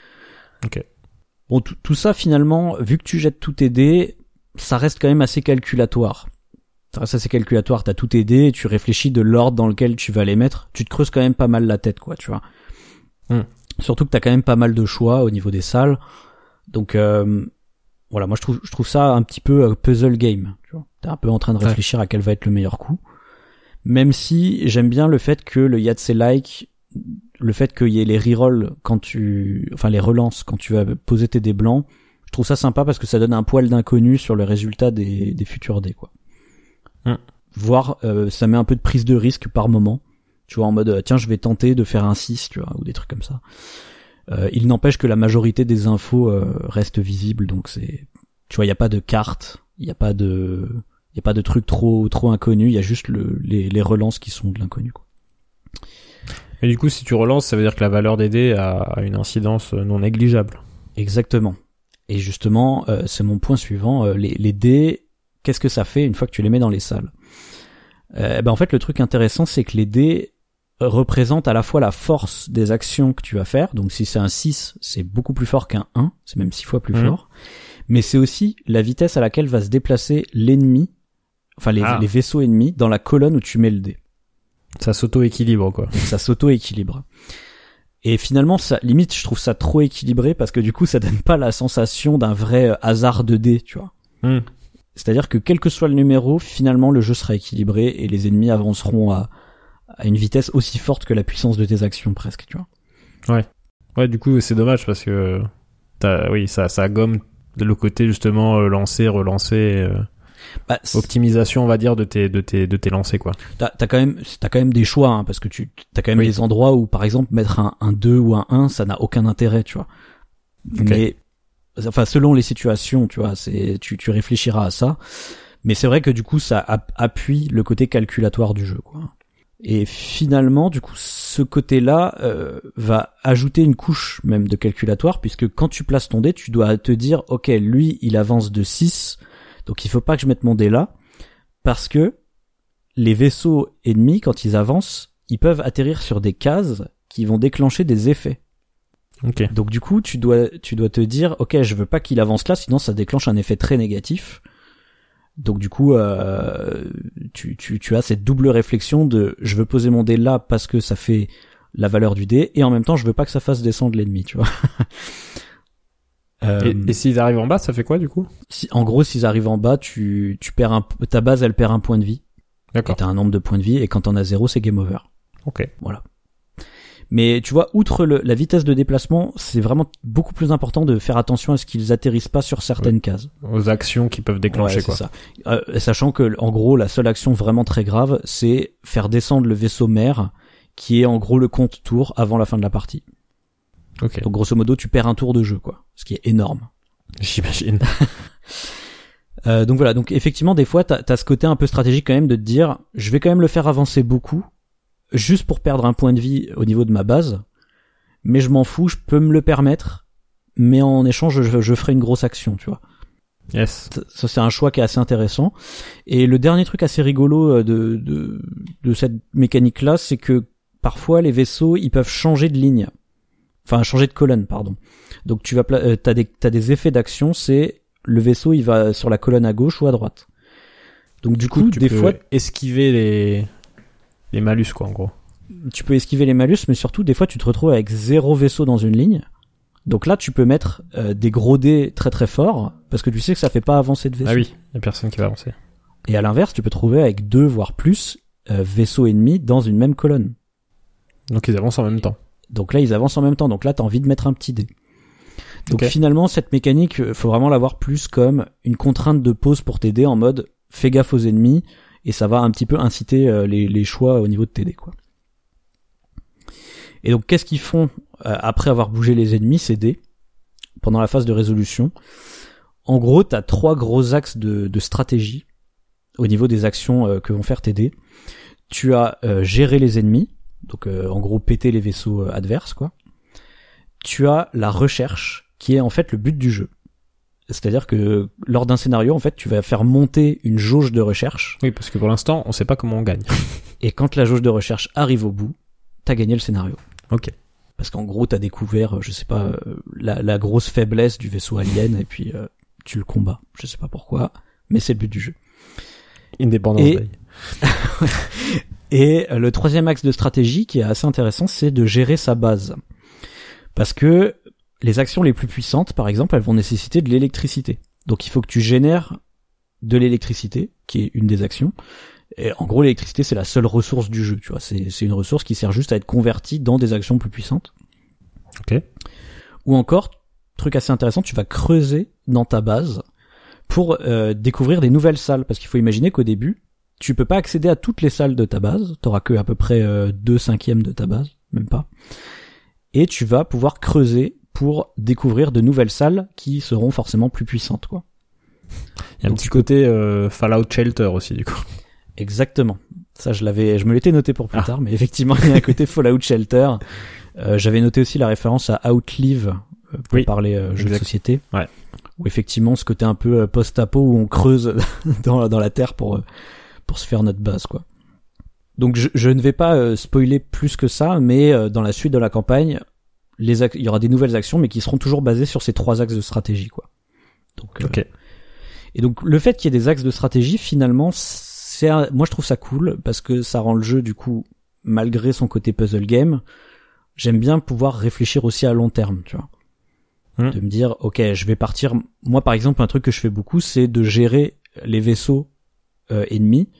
Ok. Bon, tout, tout ça, finalement, vu que tu jettes tous tes dés, ça reste quand même assez calculatoire. Ça reste assez calculatoire, t'as tous tes dés, tu réfléchis de l'ordre dans lequel tu vas les mettre, tu te creuses quand même pas mal la tête, quoi, tu vois. Mm. Surtout que t'as quand même pas mal de choix au niveau des salles. Donc, euh, voilà, moi je trouve, je trouve ça un petit peu puzzle game, tu vois. T'es un peu en train de réfléchir ouais. à quel va être le meilleur coup. Même si j'aime bien le fait que le Yahtzee-like, le fait qu'il y ait les rerolls quand tu, enfin les relances quand tu vas poser tes dés blancs, je trouve ça sympa parce que ça donne un poil d'inconnu sur le résultat des, des futurs dés, quoi. Mm. Voire, euh, ça met un peu de prise de risque par moment. Tu vois, en mode, tiens, je vais tenter de faire un six, tu vois, ou des trucs comme ça. Euh, il n'empêche que la majorité des infos euh, restent visibles, donc c'est, tu vois, il y a pas de carte, il y a pas de, il y a pas de trucs trop trop inconnus, il y a juste le, les, les relances qui sont de l'inconnu, quoi. Et du coup, si tu relances, ça veut dire que la valeur des dés a, a une incidence non négligeable. Exactement. Et justement, euh, c'est mon point suivant, euh, les, les dés, qu'est-ce que ça fait une fois que tu les mets dans les salles ? euh, ben en fait, le truc intéressant, c'est que les dés représentent à la fois la force des actions que tu vas faire. Donc si c'est un six, c'est beaucoup plus fort qu'un un, c'est même six fois plus mmh. fort. Mais c'est aussi la vitesse à laquelle va se déplacer l'ennemi, enfin les, ah. les vaisseaux ennemis, dans la colonne où tu mets le dé. Ça s'auto-équilibre, quoi. Ça s'auto-équilibre. Et finalement, ça, limite, je trouve ça trop équilibré parce que du coup, ça donne pas la sensation d'un vrai hasard de dés, tu vois. Mmh. C'est-à-dire que quel que soit le numéro, finalement, le jeu sera équilibré et les ennemis avanceront à, à une vitesse aussi forte que la puissance de tes actions, presque, tu vois. Ouais. Ouais, du coup, c'est dommage parce que, t'as, oui, ça, ça gomme le côté, justement, euh, lancer, relancer, euh, bah, optimisation, on va dire, de tes, de tes, de tes lancers, quoi. T'as, t'as quand même, t'as quand même des choix, hein, parce que tu, t'as quand même oui. des endroits où, par exemple, mettre un, un deux ou un un, ça n'a aucun intérêt, tu vois. Okay. Mais, enfin, selon les situations, tu vois, c'est, tu, tu réfléchiras à ça. Mais c'est vrai que du coup, ça appuie le côté calculatoire du jeu, quoi. Et finalement, du coup, ce côté-là euh, va ajouter une couche même de calculatoire, puisque quand tu places ton dé, tu dois te dire, ok, lui, il avance de six, donc il faut pas que je mette mon dé là, parce que les vaisseaux ennemis, quand ils avancent, ils peuvent atterrir sur des cases qui vont déclencher des effets. Okay. Donc du coup, tu dois tu dois te dire, ok, je veux pas qu'il avance là, sinon ça déclenche un effet très négatif. Donc du coup, euh, tu, tu, tu as cette double réflexion de je veux poser mon dé là parce que ça fait la valeur du dé, et en même temps je veux pas que ça fasse descendre l'ennemi, tu vois. euh, et, et s'ils arrivent en bas, ça fait quoi du coup? si, En gros, s'ils arrivent en bas, tu, tu perds un, ta base elle perd un point de vie. D'accord. Et t'as un nombre de points de vie, et quand t'en as zéro, c'est game over. Ok. Voilà. Mais tu vois, outre le, la vitesse de déplacement, c'est vraiment beaucoup plus important de faire attention à ce qu'ils atterrissent pas sur certaines oui. cases. Aux actions qui peuvent déclencher, ouais, quoi. C'est ça. Euh, sachant que, en gros, la seule action vraiment très grave, c'est faire descendre le vaisseau mère, qui est en gros le compte tour avant la fin de la partie. Ok. Donc grosso modo, tu perds un tour de jeu, quoi. Ce qui est énorme. J'imagine. euh, donc voilà. Donc effectivement, des fois, t'as, t'as ce côté un peu stratégique quand même de te dire, je vais quand même le faire avancer beaucoup, juste pour perdre un point de vie au niveau de ma base, mais je m'en fous, je peux me le permettre, mais en échange, je, je ferai une grosse action, tu vois. Yes. Ça, ça, c'est un choix qui est assez intéressant. Et le dernier truc assez rigolo de, de, de cette mécanique-là, c'est que parfois, les vaisseaux, ils peuvent changer de ligne. Enfin, changer de colonne, pardon. Donc, tu vas, pla- euh, t'as des, t'as des effets d'action, c'est le vaisseau, il va sur la colonne à gauche ou à droite. Donc, du coup, tu des peux fois, esquiver les, les malus, quoi, en gros. Tu peux esquiver les malus, mais surtout, des fois, tu te retrouves avec zéro vaisseau dans une ligne. Donc là, tu peux mettre euh, des gros dés très très forts, parce que tu sais que ça fait pas avancer de vaisseau. Ah oui, y a personne qui va avancer. Et à l'inverse, tu peux trouver avec deux, voire plus, euh, vaisseaux ennemis dans une même colonne. Donc ils avancent en même temps. Donc là, ils avancent en même temps. Donc là, t'as envie de mettre un petit dé. Donc okay. Finalement, cette mécanique, faut vraiment la voir plus comme une contrainte de pause pour tes dés, en mode fais gaffe aux ennemis, et ça va un petit peu inciter euh, les, les choix au niveau de tes dés, quoi. Et donc, qu'est-ce qu'ils font euh, après avoir bougé les ennemis, ces dés, pendant la phase de résolution? En gros, t'as trois gros axes de, de stratégie au niveau des actions euh, que vont faire tes dés. Tu as euh, gérer les ennemis, donc euh, en gros péter les vaisseaux euh, adverses, quoi. Tu as la recherche, qui est en fait le but du jeu. C'est-à-dire que lors d'un scénario, en fait, tu vas faire monter une jauge de recherche. Oui, parce que pour l'instant, on sait pas comment on gagne. Et quand la jauge de recherche arrive au bout, t'as gagné le scénario. Ok. Parce qu'en gros, t'as découvert, je sais pas, euh, la, la grosse faiblesse du vaisseau alien, et puis euh, tu le combats. Je sais pas pourquoi, mais c'est le but du jeu. Indépendance et... Day. Et euh, le troisième axe de stratégie qui est assez intéressant, c'est de gérer sa base. Parce que les actions les plus puissantes, par exemple, elles vont nécessiter de l'électricité. Donc il faut que tu génères de l'électricité, qui est une des actions. Et en gros, l'électricité, c'est la seule ressource du jeu, tu vois. C'est, c'est une ressource qui sert juste à être convertie dans des actions plus puissantes. Ok. Ou encore, truc assez intéressant, tu vas creuser dans ta base pour euh, découvrir des nouvelles salles. Parce qu'il faut imaginer qu'au début, tu peux pas accéder à toutes les salles de ta base. T'auras que à peu près euh, deux cinquièmes de ta base, même pas. Et tu vas pouvoir creuser pour découvrir de nouvelles salles qui seront forcément plus puissantes, quoi. Il y a un petit côté euh, Fallout Shelter aussi, du coup. Exactement. Ça, je l'avais, je me l'étais noté pour plus ah. tard, mais effectivement, il y a un côté Fallout Shelter. Euh, j'avais noté aussi la référence à Outlive euh, pour oui, parler euh, jeu de société. Ouais. Où effectivement, ce côté un peu euh, post-apo où on creuse dans, dans la terre pour euh, pour se faire notre base, quoi. Donc, je, je ne vais pas euh, spoiler plus que ça, mais euh, dans la suite de la campagne, les ac- il y aura des nouvelles actions, mais qui seront toujours basées sur ces trois axes de stratégie, quoi. Donc, euh, ok. Et donc, le fait qu'il y ait des axes de stratégie, finalement, c'est un... moi je trouve ça cool parce que ça rend le jeu, du coup, malgré son côté puzzle game, j'aime bien pouvoir réfléchir aussi à long terme, tu vois. Mmh. De me dire, ok, je vais partir. Moi, par exemple, un truc que je fais beaucoup, c'est de gérer les vaisseaux euh, ennemis,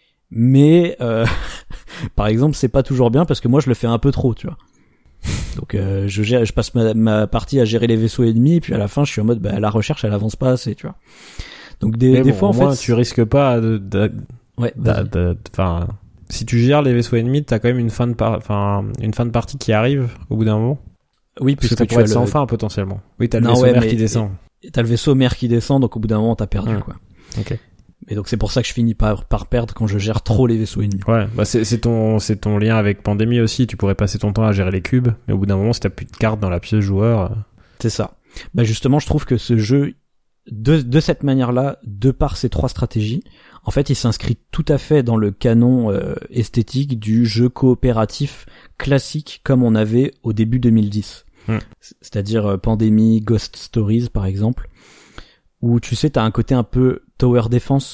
mais euh, par exemple, c'est pas toujours bien parce que moi je le fais un peu trop, tu vois. Donc euh, je gère, je passe ma, ma partie à gérer les vaisseaux ennemis, et puis à la fin, je suis en mode, bah la recherche, elle avance pas assez, tu vois. Donc des, mais des bon, fois, en moins, fait, tu risques pas de, de ouais, enfin, si tu gères les vaisseaux ennemis, t'as quand même une fin de par, enfin, une fin de partie qui arrive au bout d'un moment. Oui, parce puisque que ça pourrait être le... sans fin potentiellement. Oui, t'as le non, vaisseau ouais, mère mais... qui descend. Et t'as le vaisseau mère qui descend, donc au bout d'un moment, t'as perdu, mmh. quoi. Ok. Et donc c'est pour ça que je finis par, par perdre quand je gère trop les vaisseaux ennemis. Ouais, bah c'est, c'est ton, c'est ton lien avec Pandémie aussi. Tu pourrais passer ton temps à gérer les cubes, mais au bout d'un moment, si t'as plus de cartes dans la pièce joueur. C'est ça. Bah justement, je trouve que ce jeu, de, de cette manière-là, de par ces trois stratégies, en fait, il s'inscrit tout à fait dans le canon euh, esthétique du jeu coopératif classique comme on avait au début deux mille dix. Mmh. C'est-à-dire euh, Pandémie, Ghost Stories, par exemple, où tu sais, t'as un côté un peu tower defense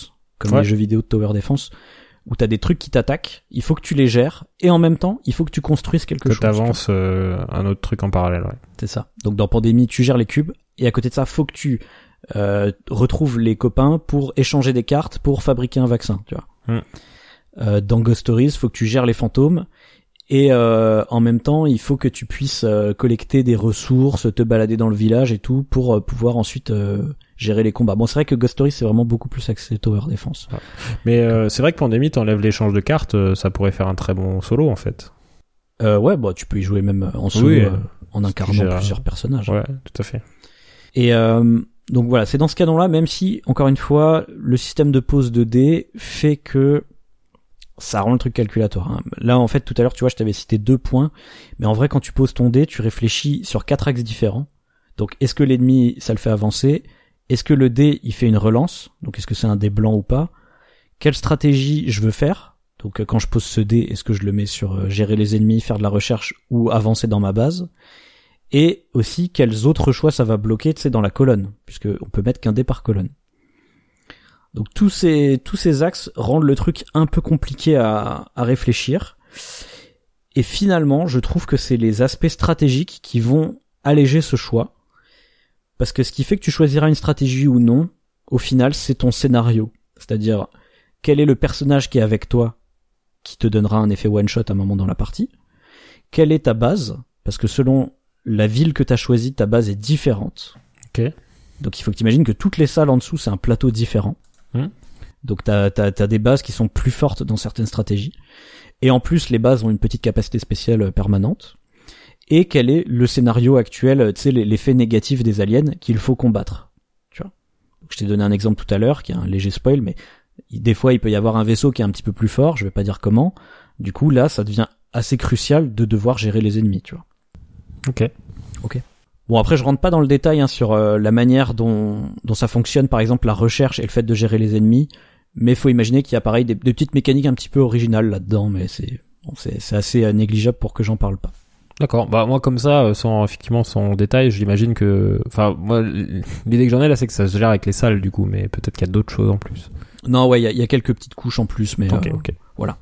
comme ouais. les jeux vidéo de tower defense, où t'as des trucs qui t'attaquent, il faut que tu les gères, et en même temps, il faut que tu construises quelque que chose. Que t'avances euh, un autre truc en parallèle, ouais. C'est ça. Donc dans Pandémie, tu gères les cubes, et à côté de ça, faut que tu euh, retrouves les copains pour échanger des cartes pour fabriquer un vaccin, tu vois. Mm. Euh, dans Ghost Stories, faut que tu gères les fantômes, et euh, en même temps, il faut que tu puisses euh, collecter des ressources, te balader dans le village et tout, pour euh, pouvoir ensuite euh, gérer les combats. Bon, c'est vrai que Ghost Stories, c'est vraiment beaucoup plus axé tower defense. Ouais. Mais euh, c'est vrai que Pandémie, t'enlèves l'échange de cartes, euh, ça pourrait faire un très bon solo, en fait. Euh, ouais, bah tu peux y jouer même en solo, oui, euh, en incarnant gères... plusieurs personnages. Ouais, tout à fait. Et euh, donc voilà, c'est dans ce canon-là, même si, encore une fois, le système de pose de dés fait que ça rend le truc calculatoire. Hein. Là, en fait, tout à l'heure, tu vois, je t'avais cité deux points, mais en vrai, quand tu poses ton dé, tu réfléchis sur quatre axes différents. Donc, est-ce que l'ennemi, ça le fait avancer ? Est-ce que le dé, il fait une relance ? Donc, est-ce que c'est un dé blanc ou pas ? Quelle stratégie je veux faire ? Donc, quand je pose ce dé, est-ce que je le mets sur euh, gérer les ennemis, faire de la recherche ou avancer dans ma base ? Et aussi, quels autres choix ça va bloquer, tu sais, dans la colonne, puisque on peut mettre qu'un dé par colonne. Donc tous ces tous ces axes rendent le truc un peu compliqué à, à réfléchir. Et finalement, je trouve que c'est les aspects stratégiques qui vont alléger ce choix, parce que ce qui fait que tu choisiras une stratégie ou non, au final, c'est ton scénario. C'est-à-dire, quel est le personnage qui est avec toi, qui te donnera un effet one-shot à un moment dans la partie. Quelle est ta base, parce que selon la ville que t'as choisie, ta base est différente. Ok. Donc il faut que t'imagines que toutes les salles en dessous, c'est un plateau différent. Mmh. Donc t'as, t'as, t'as des bases qui sont plus fortes dans certaines stratégies. Et en plus, les bases ont une petite capacité spéciale permanente. Et quel est le scénario actuel, tu sais, l'effet négatif des aliens qu'il faut combattre. Tu vois. Donc je t'ai donné un exemple tout à l'heure, qui est un léger spoil, mais des fois il peut y avoir un vaisseau qui est un petit peu plus fort, je vais pas dire comment. Du coup, là, ça devient assez crucial de devoir gérer les ennemis, tu vois. Ok. Ok. Bon, après, je rentre pas dans le détail hein, sur euh, la manière dont dont ça fonctionne, par exemple la recherche et le fait de gérer les ennemis, mais faut imaginer qu'il y a pareil des, des petites mécaniques un petit peu originales là-dedans, mais c'est bon, c'est c'est assez euh, négligeable pour que j'en parle pas. D'accord. Bah moi comme ça, sans effectivement sans détail, j'imagine que, enfin moi l'idée que j'en ai là, c'est que ça se gère avec les salles du coup, mais peut-être qu'il y a d'autres choses en plus. Non, ouais, il y a, y a quelques petites couches en plus, mais ok, euh, ok. Voilà.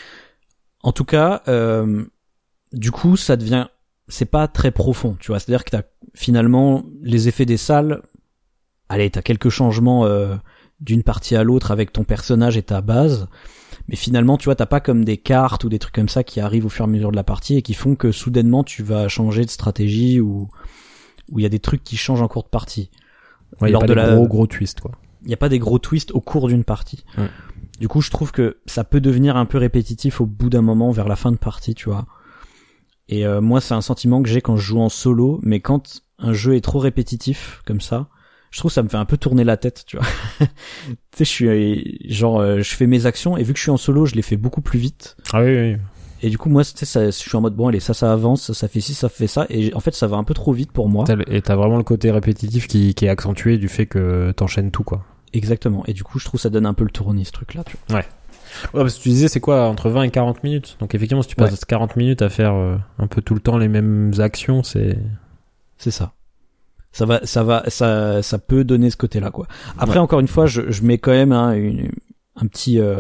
En tout cas, euh, du coup, ça devient c'est pas très profond, tu vois. C'est-à-dire que t'as finalement les effets des salles. Allez, t'as quelques changements euh, d'une partie à l'autre avec ton personnage et ta base, mais finalement, tu vois, t'as pas comme des cartes ou des trucs comme ça qui arrivent au fur et à mesure de la partie et qui font que soudainement tu vas changer de stratégie ou ou il y a des trucs qui changent en cours de partie. Ouais, il y a pas de la... gros gros twists quoi. Il y a pas des gros twists au cours d'une partie. Ouais. Du coup, je trouve que ça peut devenir un peu répétitif au bout d'un moment vers la fin de partie, tu vois. Et euh, moi, c'est un sentiment que j'ai quand je joue en solo, mais quand un jeu est trop répétitif comme ça, je trouve que ça me fait un peu tourner la tête, tu vois. Tu sais, je suis genre, euh, je fais mes actions et vu que je suis en solo, je les fais beaucoup plus vite. Ah oui, oui. Et du coup, moi, tu sais, ça, je suis en mode bon, allez, ça, ça avance, ça, ça fait ci, ça fait ça, et en fait, ça va un peu trop vite pour moi. T'as, et t'as vraiment le côté répétitif qui, qui est accentué du fait que t'enchaînes tout, quoi. Exactement. Et du coup, je trouve que ça donne un peu le tournis, ce truc-là, tu vois. Ouais. Ouais, parce que tu disais, c'est quoi, entre vingt et quarante minutes. Donc effectivement, si tu passes ouais. quarante minutes à faire euh, un peu tout le temps les mêmes actions, c'est... C'est ça. Ça va, ça va, ça, ça peut donner ce côté-là, quoi. Après, ouais. encore une fois, je, je mets quand même hein, une, un petit, euh,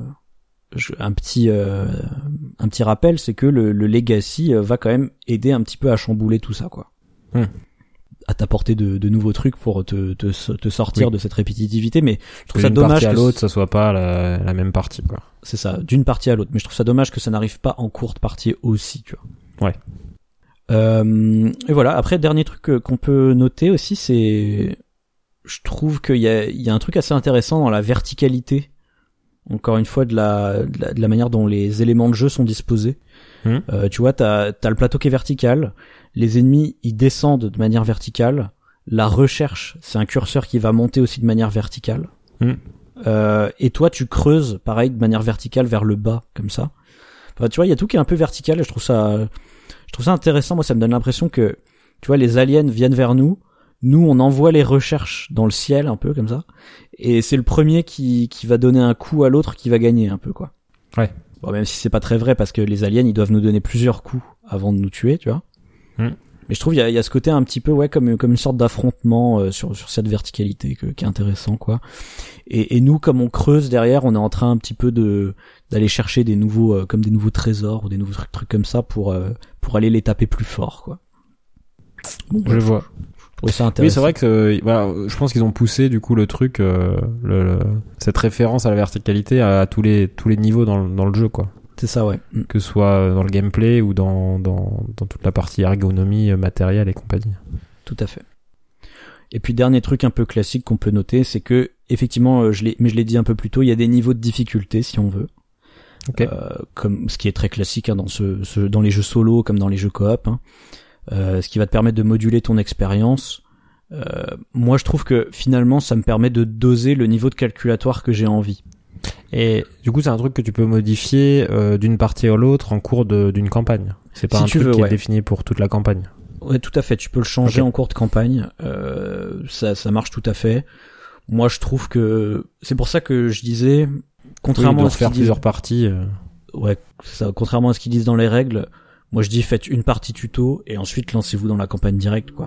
je, un petit, euh, un petit rappel, c'est que le, le Legacy va quand même aider un petit peu à chambouler tout ça, quoi. Hum. À t'apporter de, de nouveaux trucs pour te, te, te sortir oui. de cette répétitivité, mais je trouve que ça dommage que à l'autre, ça soit pas la, la même partie, quoi. C'est ça, d'une partie à l'autre. Mais je trouve ça dommage que ça n'arrive pas en courte partie aussi, tu vois. Ouais. Euh, et voilà. Après, dernier truc qu'on peut noter aussi, c'est, je trouve qu'il y a, il y a un truc assez intéressant dans la verticalité. Encore une fois, de la, de la, de la manière dont les éléments de jeu sont disposés. Mmh. Euh, tu vois, t'as, t'as le plateau qui est vertical. Les ennemis, ils descendent de manière verticale. La recherche, c'est un curseur qui va monter aussi de manière verticale. Mmh. Euh, et toi, tu creuses, pareil, de manière verticale vers le bas, comme ça. Enfin, tu vois, il y a tout qui est un peu vertical. Et je trouve ça, je trouve ça intéressant. Moi, ça me donne l'impression que, tu vois, les aliens viennent vers nous. Nous, on envoie les recherches dans le ciel, un peu comme ça. Et c'est le premier qui, qui va donner un coup à l'autre qui va gagner, un peu, quoi. Ouais. Bon, même si c'est pas très vrai, parce que les aliens, ils doivent nous donner plusieurs coups avant de nous tuer, tu vois. Mmh. Mais je trouve il y a, il y a ce côté un petit peu ouais comme comme une sorte d'affrontement euh, sur sur cette verticalité que, qui est intéressant quoi. Et, et nous comme on creuse derrière, on est en train un petit peu de d'aller chercher des nouveaux euh, comme des nouveaux trésors ou des nouveaux trucs, trucs comme ça pour euh, pour aller les taper plus fort quoi. Bon, je vois. Oui, c'est intéressant. Oui, c'est vrai que euh, voilà, je pense qu'ils ont poussé du coup le truc, euh, le, le, cette référence à la verticalité à, à tous les tous les niveaux dans dans le jeu quoi. C'est ça, ouais. Que ce soit dans le gameplay ou dans, dans, dans toute la partie ergonomie, matériel et compagnie. Tout à fait. Et puis, dernier truc un peu classique qu'on peut noter, c'est que, effectivement, je l'ai, mais je l'ai dit un peu plus tôt, il y a des niveaux de difficulté, si on veut. Okay. Euh, comme, ce qui est très classique, hein, dans ce, ce, dans les jeux solo, comme dans les jeux coop, hein. Euh, ce qui va te permettre de moduler ton expérience. Euh, moi, je trouve que, finalement, ça me permet de doser le niveau de calculatoire que j'ai envie. Et du coup, c'est un truc que tu peux modifier euh, d'une partie à l'autre en cours de, d'une campagne. C'est pas si un truc veux, qui ouais. est défini pour toute la campagne. Ouais, tout à fait. Tu peux le changer okay. en cours de campagne. Euh, ça, ça marche tout à fait. Moi, je trouve que c'est pour ça que je disais, contrairement oui, à ce faire qu'ils plusieurs disent, parties. Euh... Ouais, c'est ça. Contrairement à ce qu'ils disent dans les règles, moi je dis faites une partie tuto et ensuite lancez-vous dans la campagne directe, quoi.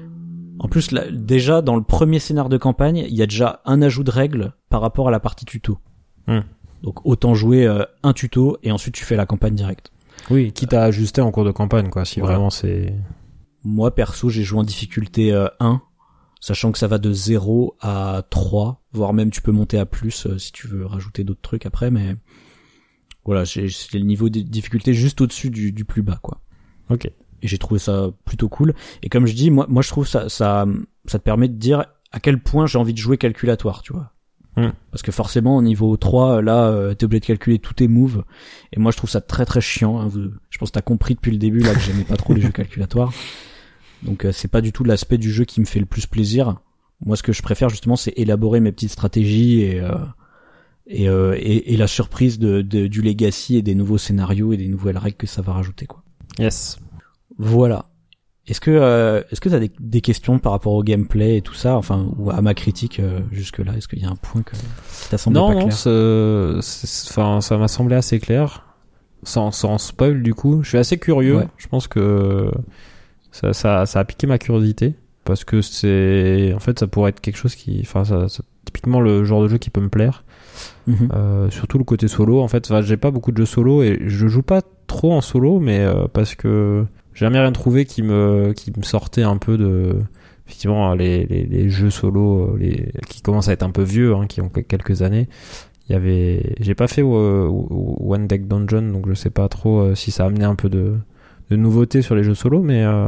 En plus, là, déjà dans le premier scénar de campagne, il y a déjà un ajout de règles par rapport à la partie tuto. Hmm. Donc autant jouer euh, un tuto et ensuite tu fais la campagne directe. Oui, quitte à ajuster en cours de campagne quoi, si voilà. Vraiment c'est... Moi perso j'ai joué en difficulté euh, un, sachant que ça va de zéro à trois, voire même tu peux monter à plus euh, si tu veux rajouter d'autres trucs après, mais voilà, j'ai, c'est le niveau de difficulté juste au-dessus du, du plus bas quoi. Ok. Et j'ai trouvé ça plutôt cool. Et comme je dis, moi, moi je trouve ça, ça, ça te permet de dire à quel point j'ai envie de jouer calculatoire, tu vois. Mmh. Parce que forcément au niveau trois là euh, t'es obligé de calculer tous tes moves et moi je trouve ça très très chiant hein. Vous, je pense que t'as compris depuis le début là que j'aimais pas trop les jeux calculatoires, donc euh, c'est pas du tout l'aspect du jeu qui me fait le plus plaisir. Moi ce que je préfère justement c'est élaborer mes petites stratégies et euh, et, euh, et et la surprise de, de du legacy et des nouveaux scénarios et des nouvelles règles que ça va rajouter quoi. Yes. Voilà. Est-ce que euh, est-ce que t'as des, des questions par rapport au gameplay et tout ça, enfin ou à ma critique euh, jusque là, est-ce qu'il y a un point que, qui t'a semblé non, pas non, clair? Non, enfin ça m'a semblé assez clair, sans sans spoil du coup. Je suis assez curieux. Ouais. Je pense que ça ça ça a piqué ma curiosité parce que c'est en fait ça pourrait être quelque chose qui, enfin ça, ça typiquement le genre de jeu qui peut me plaire. Mm-hmm. Euh, surtout le côté solo. En fait, j'ai pas beaucoup de jeux solo et je joue pas trop en solo, mais euh, parce que j'ai jamais rien trouvé qui me qui me sortait un peu de effectivement les les, les jeux solo les qui commencent à être un peu vieux hein, qui ont quelques années. Il y avait j'ai pas fait euh, One Deck Dungeon donc je sais pas trop euh, si ça a amené un peu de de nouveautés sur les jeux solo mais euh,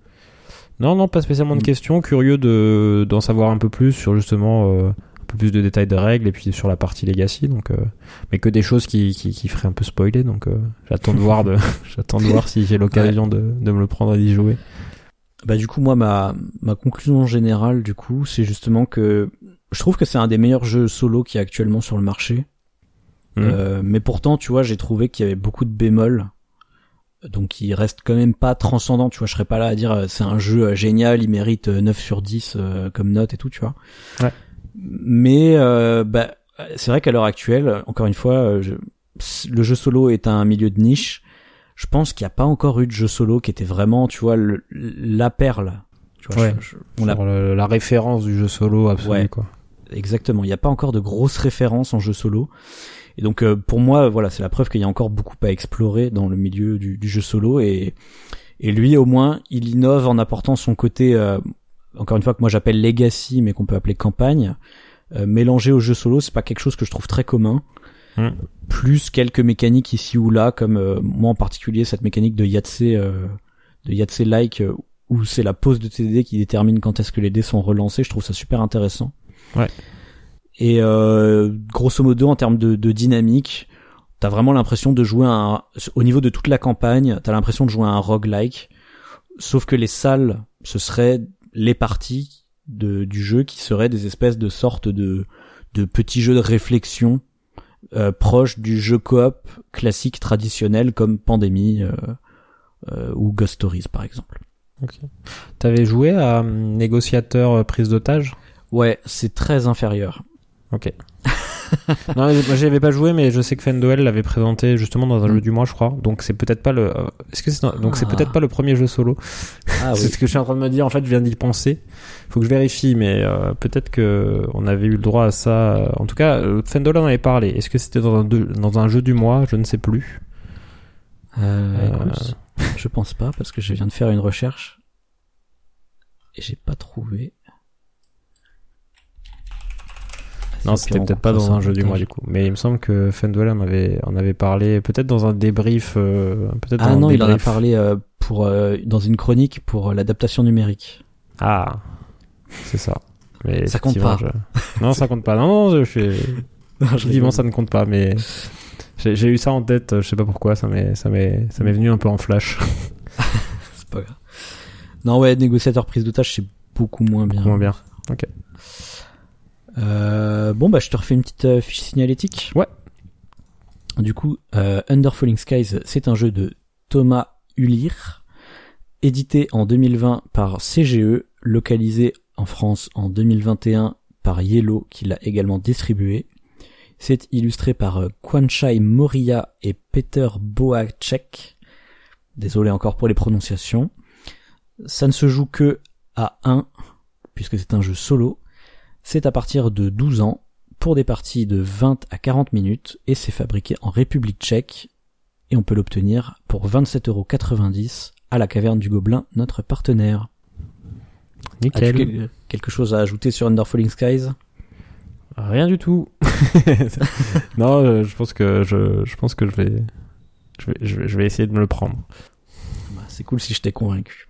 non non pas spécialement de questions, curieux de d'en savoir un peu plus sur justement euh, un peu plus de détails de règles et puis sur la partie Legacy donc euh, mais que des choses qui qui qui feraient un peu spoiler donc euh, j'attends de voir de j'attends de voir si j'ai l'occasion ouais. de de me le prendre et d'y jouer. Bah du coup moi ma ma conclusion générale du coup c'est justement que je trouve que c'est un des meilleurs jeux solo qui est actuellement sur le marché. Mmh. Euh, mais pourtant tu vois j'ai trouvé qu'il y avait beaucoup de bémols. Donc il reste quand même pas transcendant, tu vois, je serais pas là à dire euh, c'est un jeu euh, génial, il mérite euh, neuf sur dix euh, comme note et tout, tu vois. Ouais. Mais euh, bah c'est vrai qu'à l'heure actuelle, encore une fois, euh, je, le jeu solo est un milieu de niche. Je pense qu'il n'y a pas encore eu de jeu solo qui était vraiment, tu vois, le, la perle. Tu vois, ouais. je, je, on a le, la référence du jeu solo absolu, ouais, quoi. Exactement. Il n'y a pas encore de grosses références en jeu solo. Et donc euh, pour moi, voilà, c'est la preuve qu'il y a encore beaucoup à explorer dans le milieu du, du jeu solo. Et, et lui, au moins, il innove en apportant son côté, euh, encore une fois que moi j'appelle legacy, mais qu'on peut appeler campagne. Euh, mélangé au jeu solo, c'est pas quelque chose que je trouve très commun. Mmh. Plus quelques mécaniques ici ou là, comme euh, moi en particulier cette mécanique de Yahtzee, euh, de Yahtzee-like, euh, où c'est la pose de tes dés qui détermine quand est-ce que les dés sont relancés. Je trouve ça super intéressant. Ouais. Et euh, grosso modo, en termes de, de dynamique, t'as vraiment l'impression de jouer un, au niveau de toute la campagne, t'as l'impression de jouer à un roguelike, sauf que les salles, ce seraient les parties de, du jeu qui seraient des espèces de sortes de, de petits jeux de réflexion euh, proches du jeu coop classique traditionnel comme Pandémie euh, euh, ou Ghost Stories par exemple. Ok. T'avais joué à euh, Négociateur euh, prise d'otage ? Ouais, c'est très inférieur. Ok. Non, moi j'y avais pas joué, mais je sais que Fendel l'avait présenté justement dans un mm. jeu du mois, je crois. Donc c'est peut-être pas le. Est-ce que c'est dans... donc ah. c'est peut-être pas le premier jeu solo. Ah, c'est oui. ce que je suis en train de me dire. En fait, je viens d'y penser. Faut que je vérifie, mais euh, peut-être que on avait eu le droit à ça. En tout cas, Fendel en avait parlé. Est-ce que c'était dans un de... dans un jeu du mois? Je ne sais plus. Euh, écoute, euh... je pense pas parce que je viens de faire une recherche et j'ai pas trouvé. Non, c'était peut-être pas dans un jeu du mois du coup, mais il me semble que Fendel en avait en avait parlé, peut-être dans un débrief, euh, peut-être. Ah dans non, un il en a parlé euh, pour euh, dans une chronique pour l'adaptation numérique. Ah, c'est ça. Mais ça compte pas. Je... Non, ça compte pas. Non, non, je suis. Évidemment, ça ne compte pas, mais j'ai, j'ai eu ça en tête. Je sais pas pourquoi, ça m'est, ça m'est, ça m'est venu un peu en flash. C'est pas grave. Non, ouais, négociateur prise de tâche, c'est beaucoup moins bien. Beaucoup moins bien. Ok. Euh, bon bah je te refais une petite euh, fiche signalétique. Ouais. Du coup, euh, Under Falling Skies, c'est un jeu de Thomas Ulir, édité en deux mille vingt par C G E, localisé en France en deux mille vingt et un par Yellow, qui l'a également distribué. C'est illustré par euh, Kwanchai Moriya et Peter Boacek. Désolé encore pour les prononciations. Ça ne se joue que à un, puisque c'est un jeu solo. C'est à partir de douze ans, pour des parties de vingt à quarante minutes, et c'est fabriqué en République tchèque, et on peut l'obtenir pour vingt-sept euros quatre-vingt-dix à la Caverne du Gobelin, notre partenaire. Nickel. As-tu quelque chose à ajouter sur Under Falling Skies? Rien du tout. Non, je pense que je, je pense que je vais, je vais, je vais, je vais essayer de me le prendre. Bah, c'est cool si je t'ai convaincu.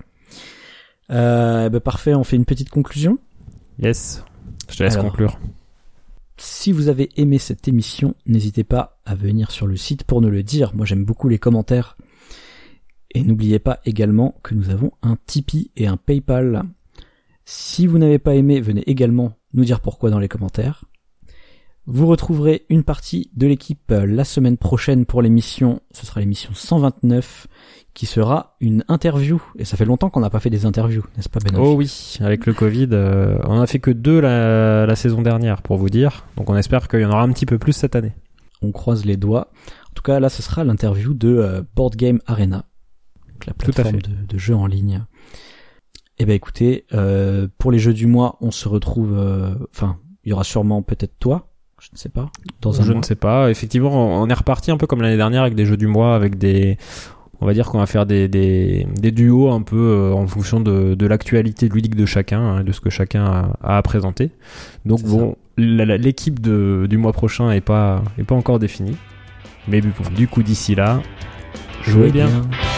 Euh, bah parfait, on fait une petite conclusion. Yes. Je te laisse Alors, conclure. Si vous avez aimé cette émission, n'hésitez pas à venir sur le site pour nous le dire. Moi, j'aime beaucoup les commentaires. Et n'oubliez pas également que nous avons un Tipeee et un PayPal. Si vous n'avez pas aimé, venez également nous dire pourquoi dans les commentaires. Vous retrouverez une partie de l'équipe la semaine prochaine pour l'émission. Ce sera l'émission cent vingt-neuf, qui sera une interview. Et ça fait longtemps qu'on n'a pas fait des interviews, n'est-ce pas, Benoît? Oh oui, avec le Covid, euh, on a fait que deux la, la saison dernière, pour vous dire. Donc on espère qu'il y en aura un petit peu plus cette année. On croise les doigts. En tout cas, là, ce sera l'interview de euh, Board Game Arena, donc la plateforme de, de jeux en ligne. Eh ben, écoutez, euh, pour les jeux du mois, on se retrouve. Enfin, euh, il y aura sûrement peut-être toi. Je ne sais pas. Dans un je mois. ne sais pas. Effectivement, on est reparti un peu comme l'année dernière avec des jeux du mois, avec des. On va dire qu'on va faire des des, des duos un peu euh, en fonction de, de l'actualité ludique de chacun, hein, de ce que chacun a, a à présenter. Donc c'est bon, la, la, l'équipe de, du mois prochain est pas est pas encore définie. Mais bon, du coup d'ici là, jouez, jouez bien. bien.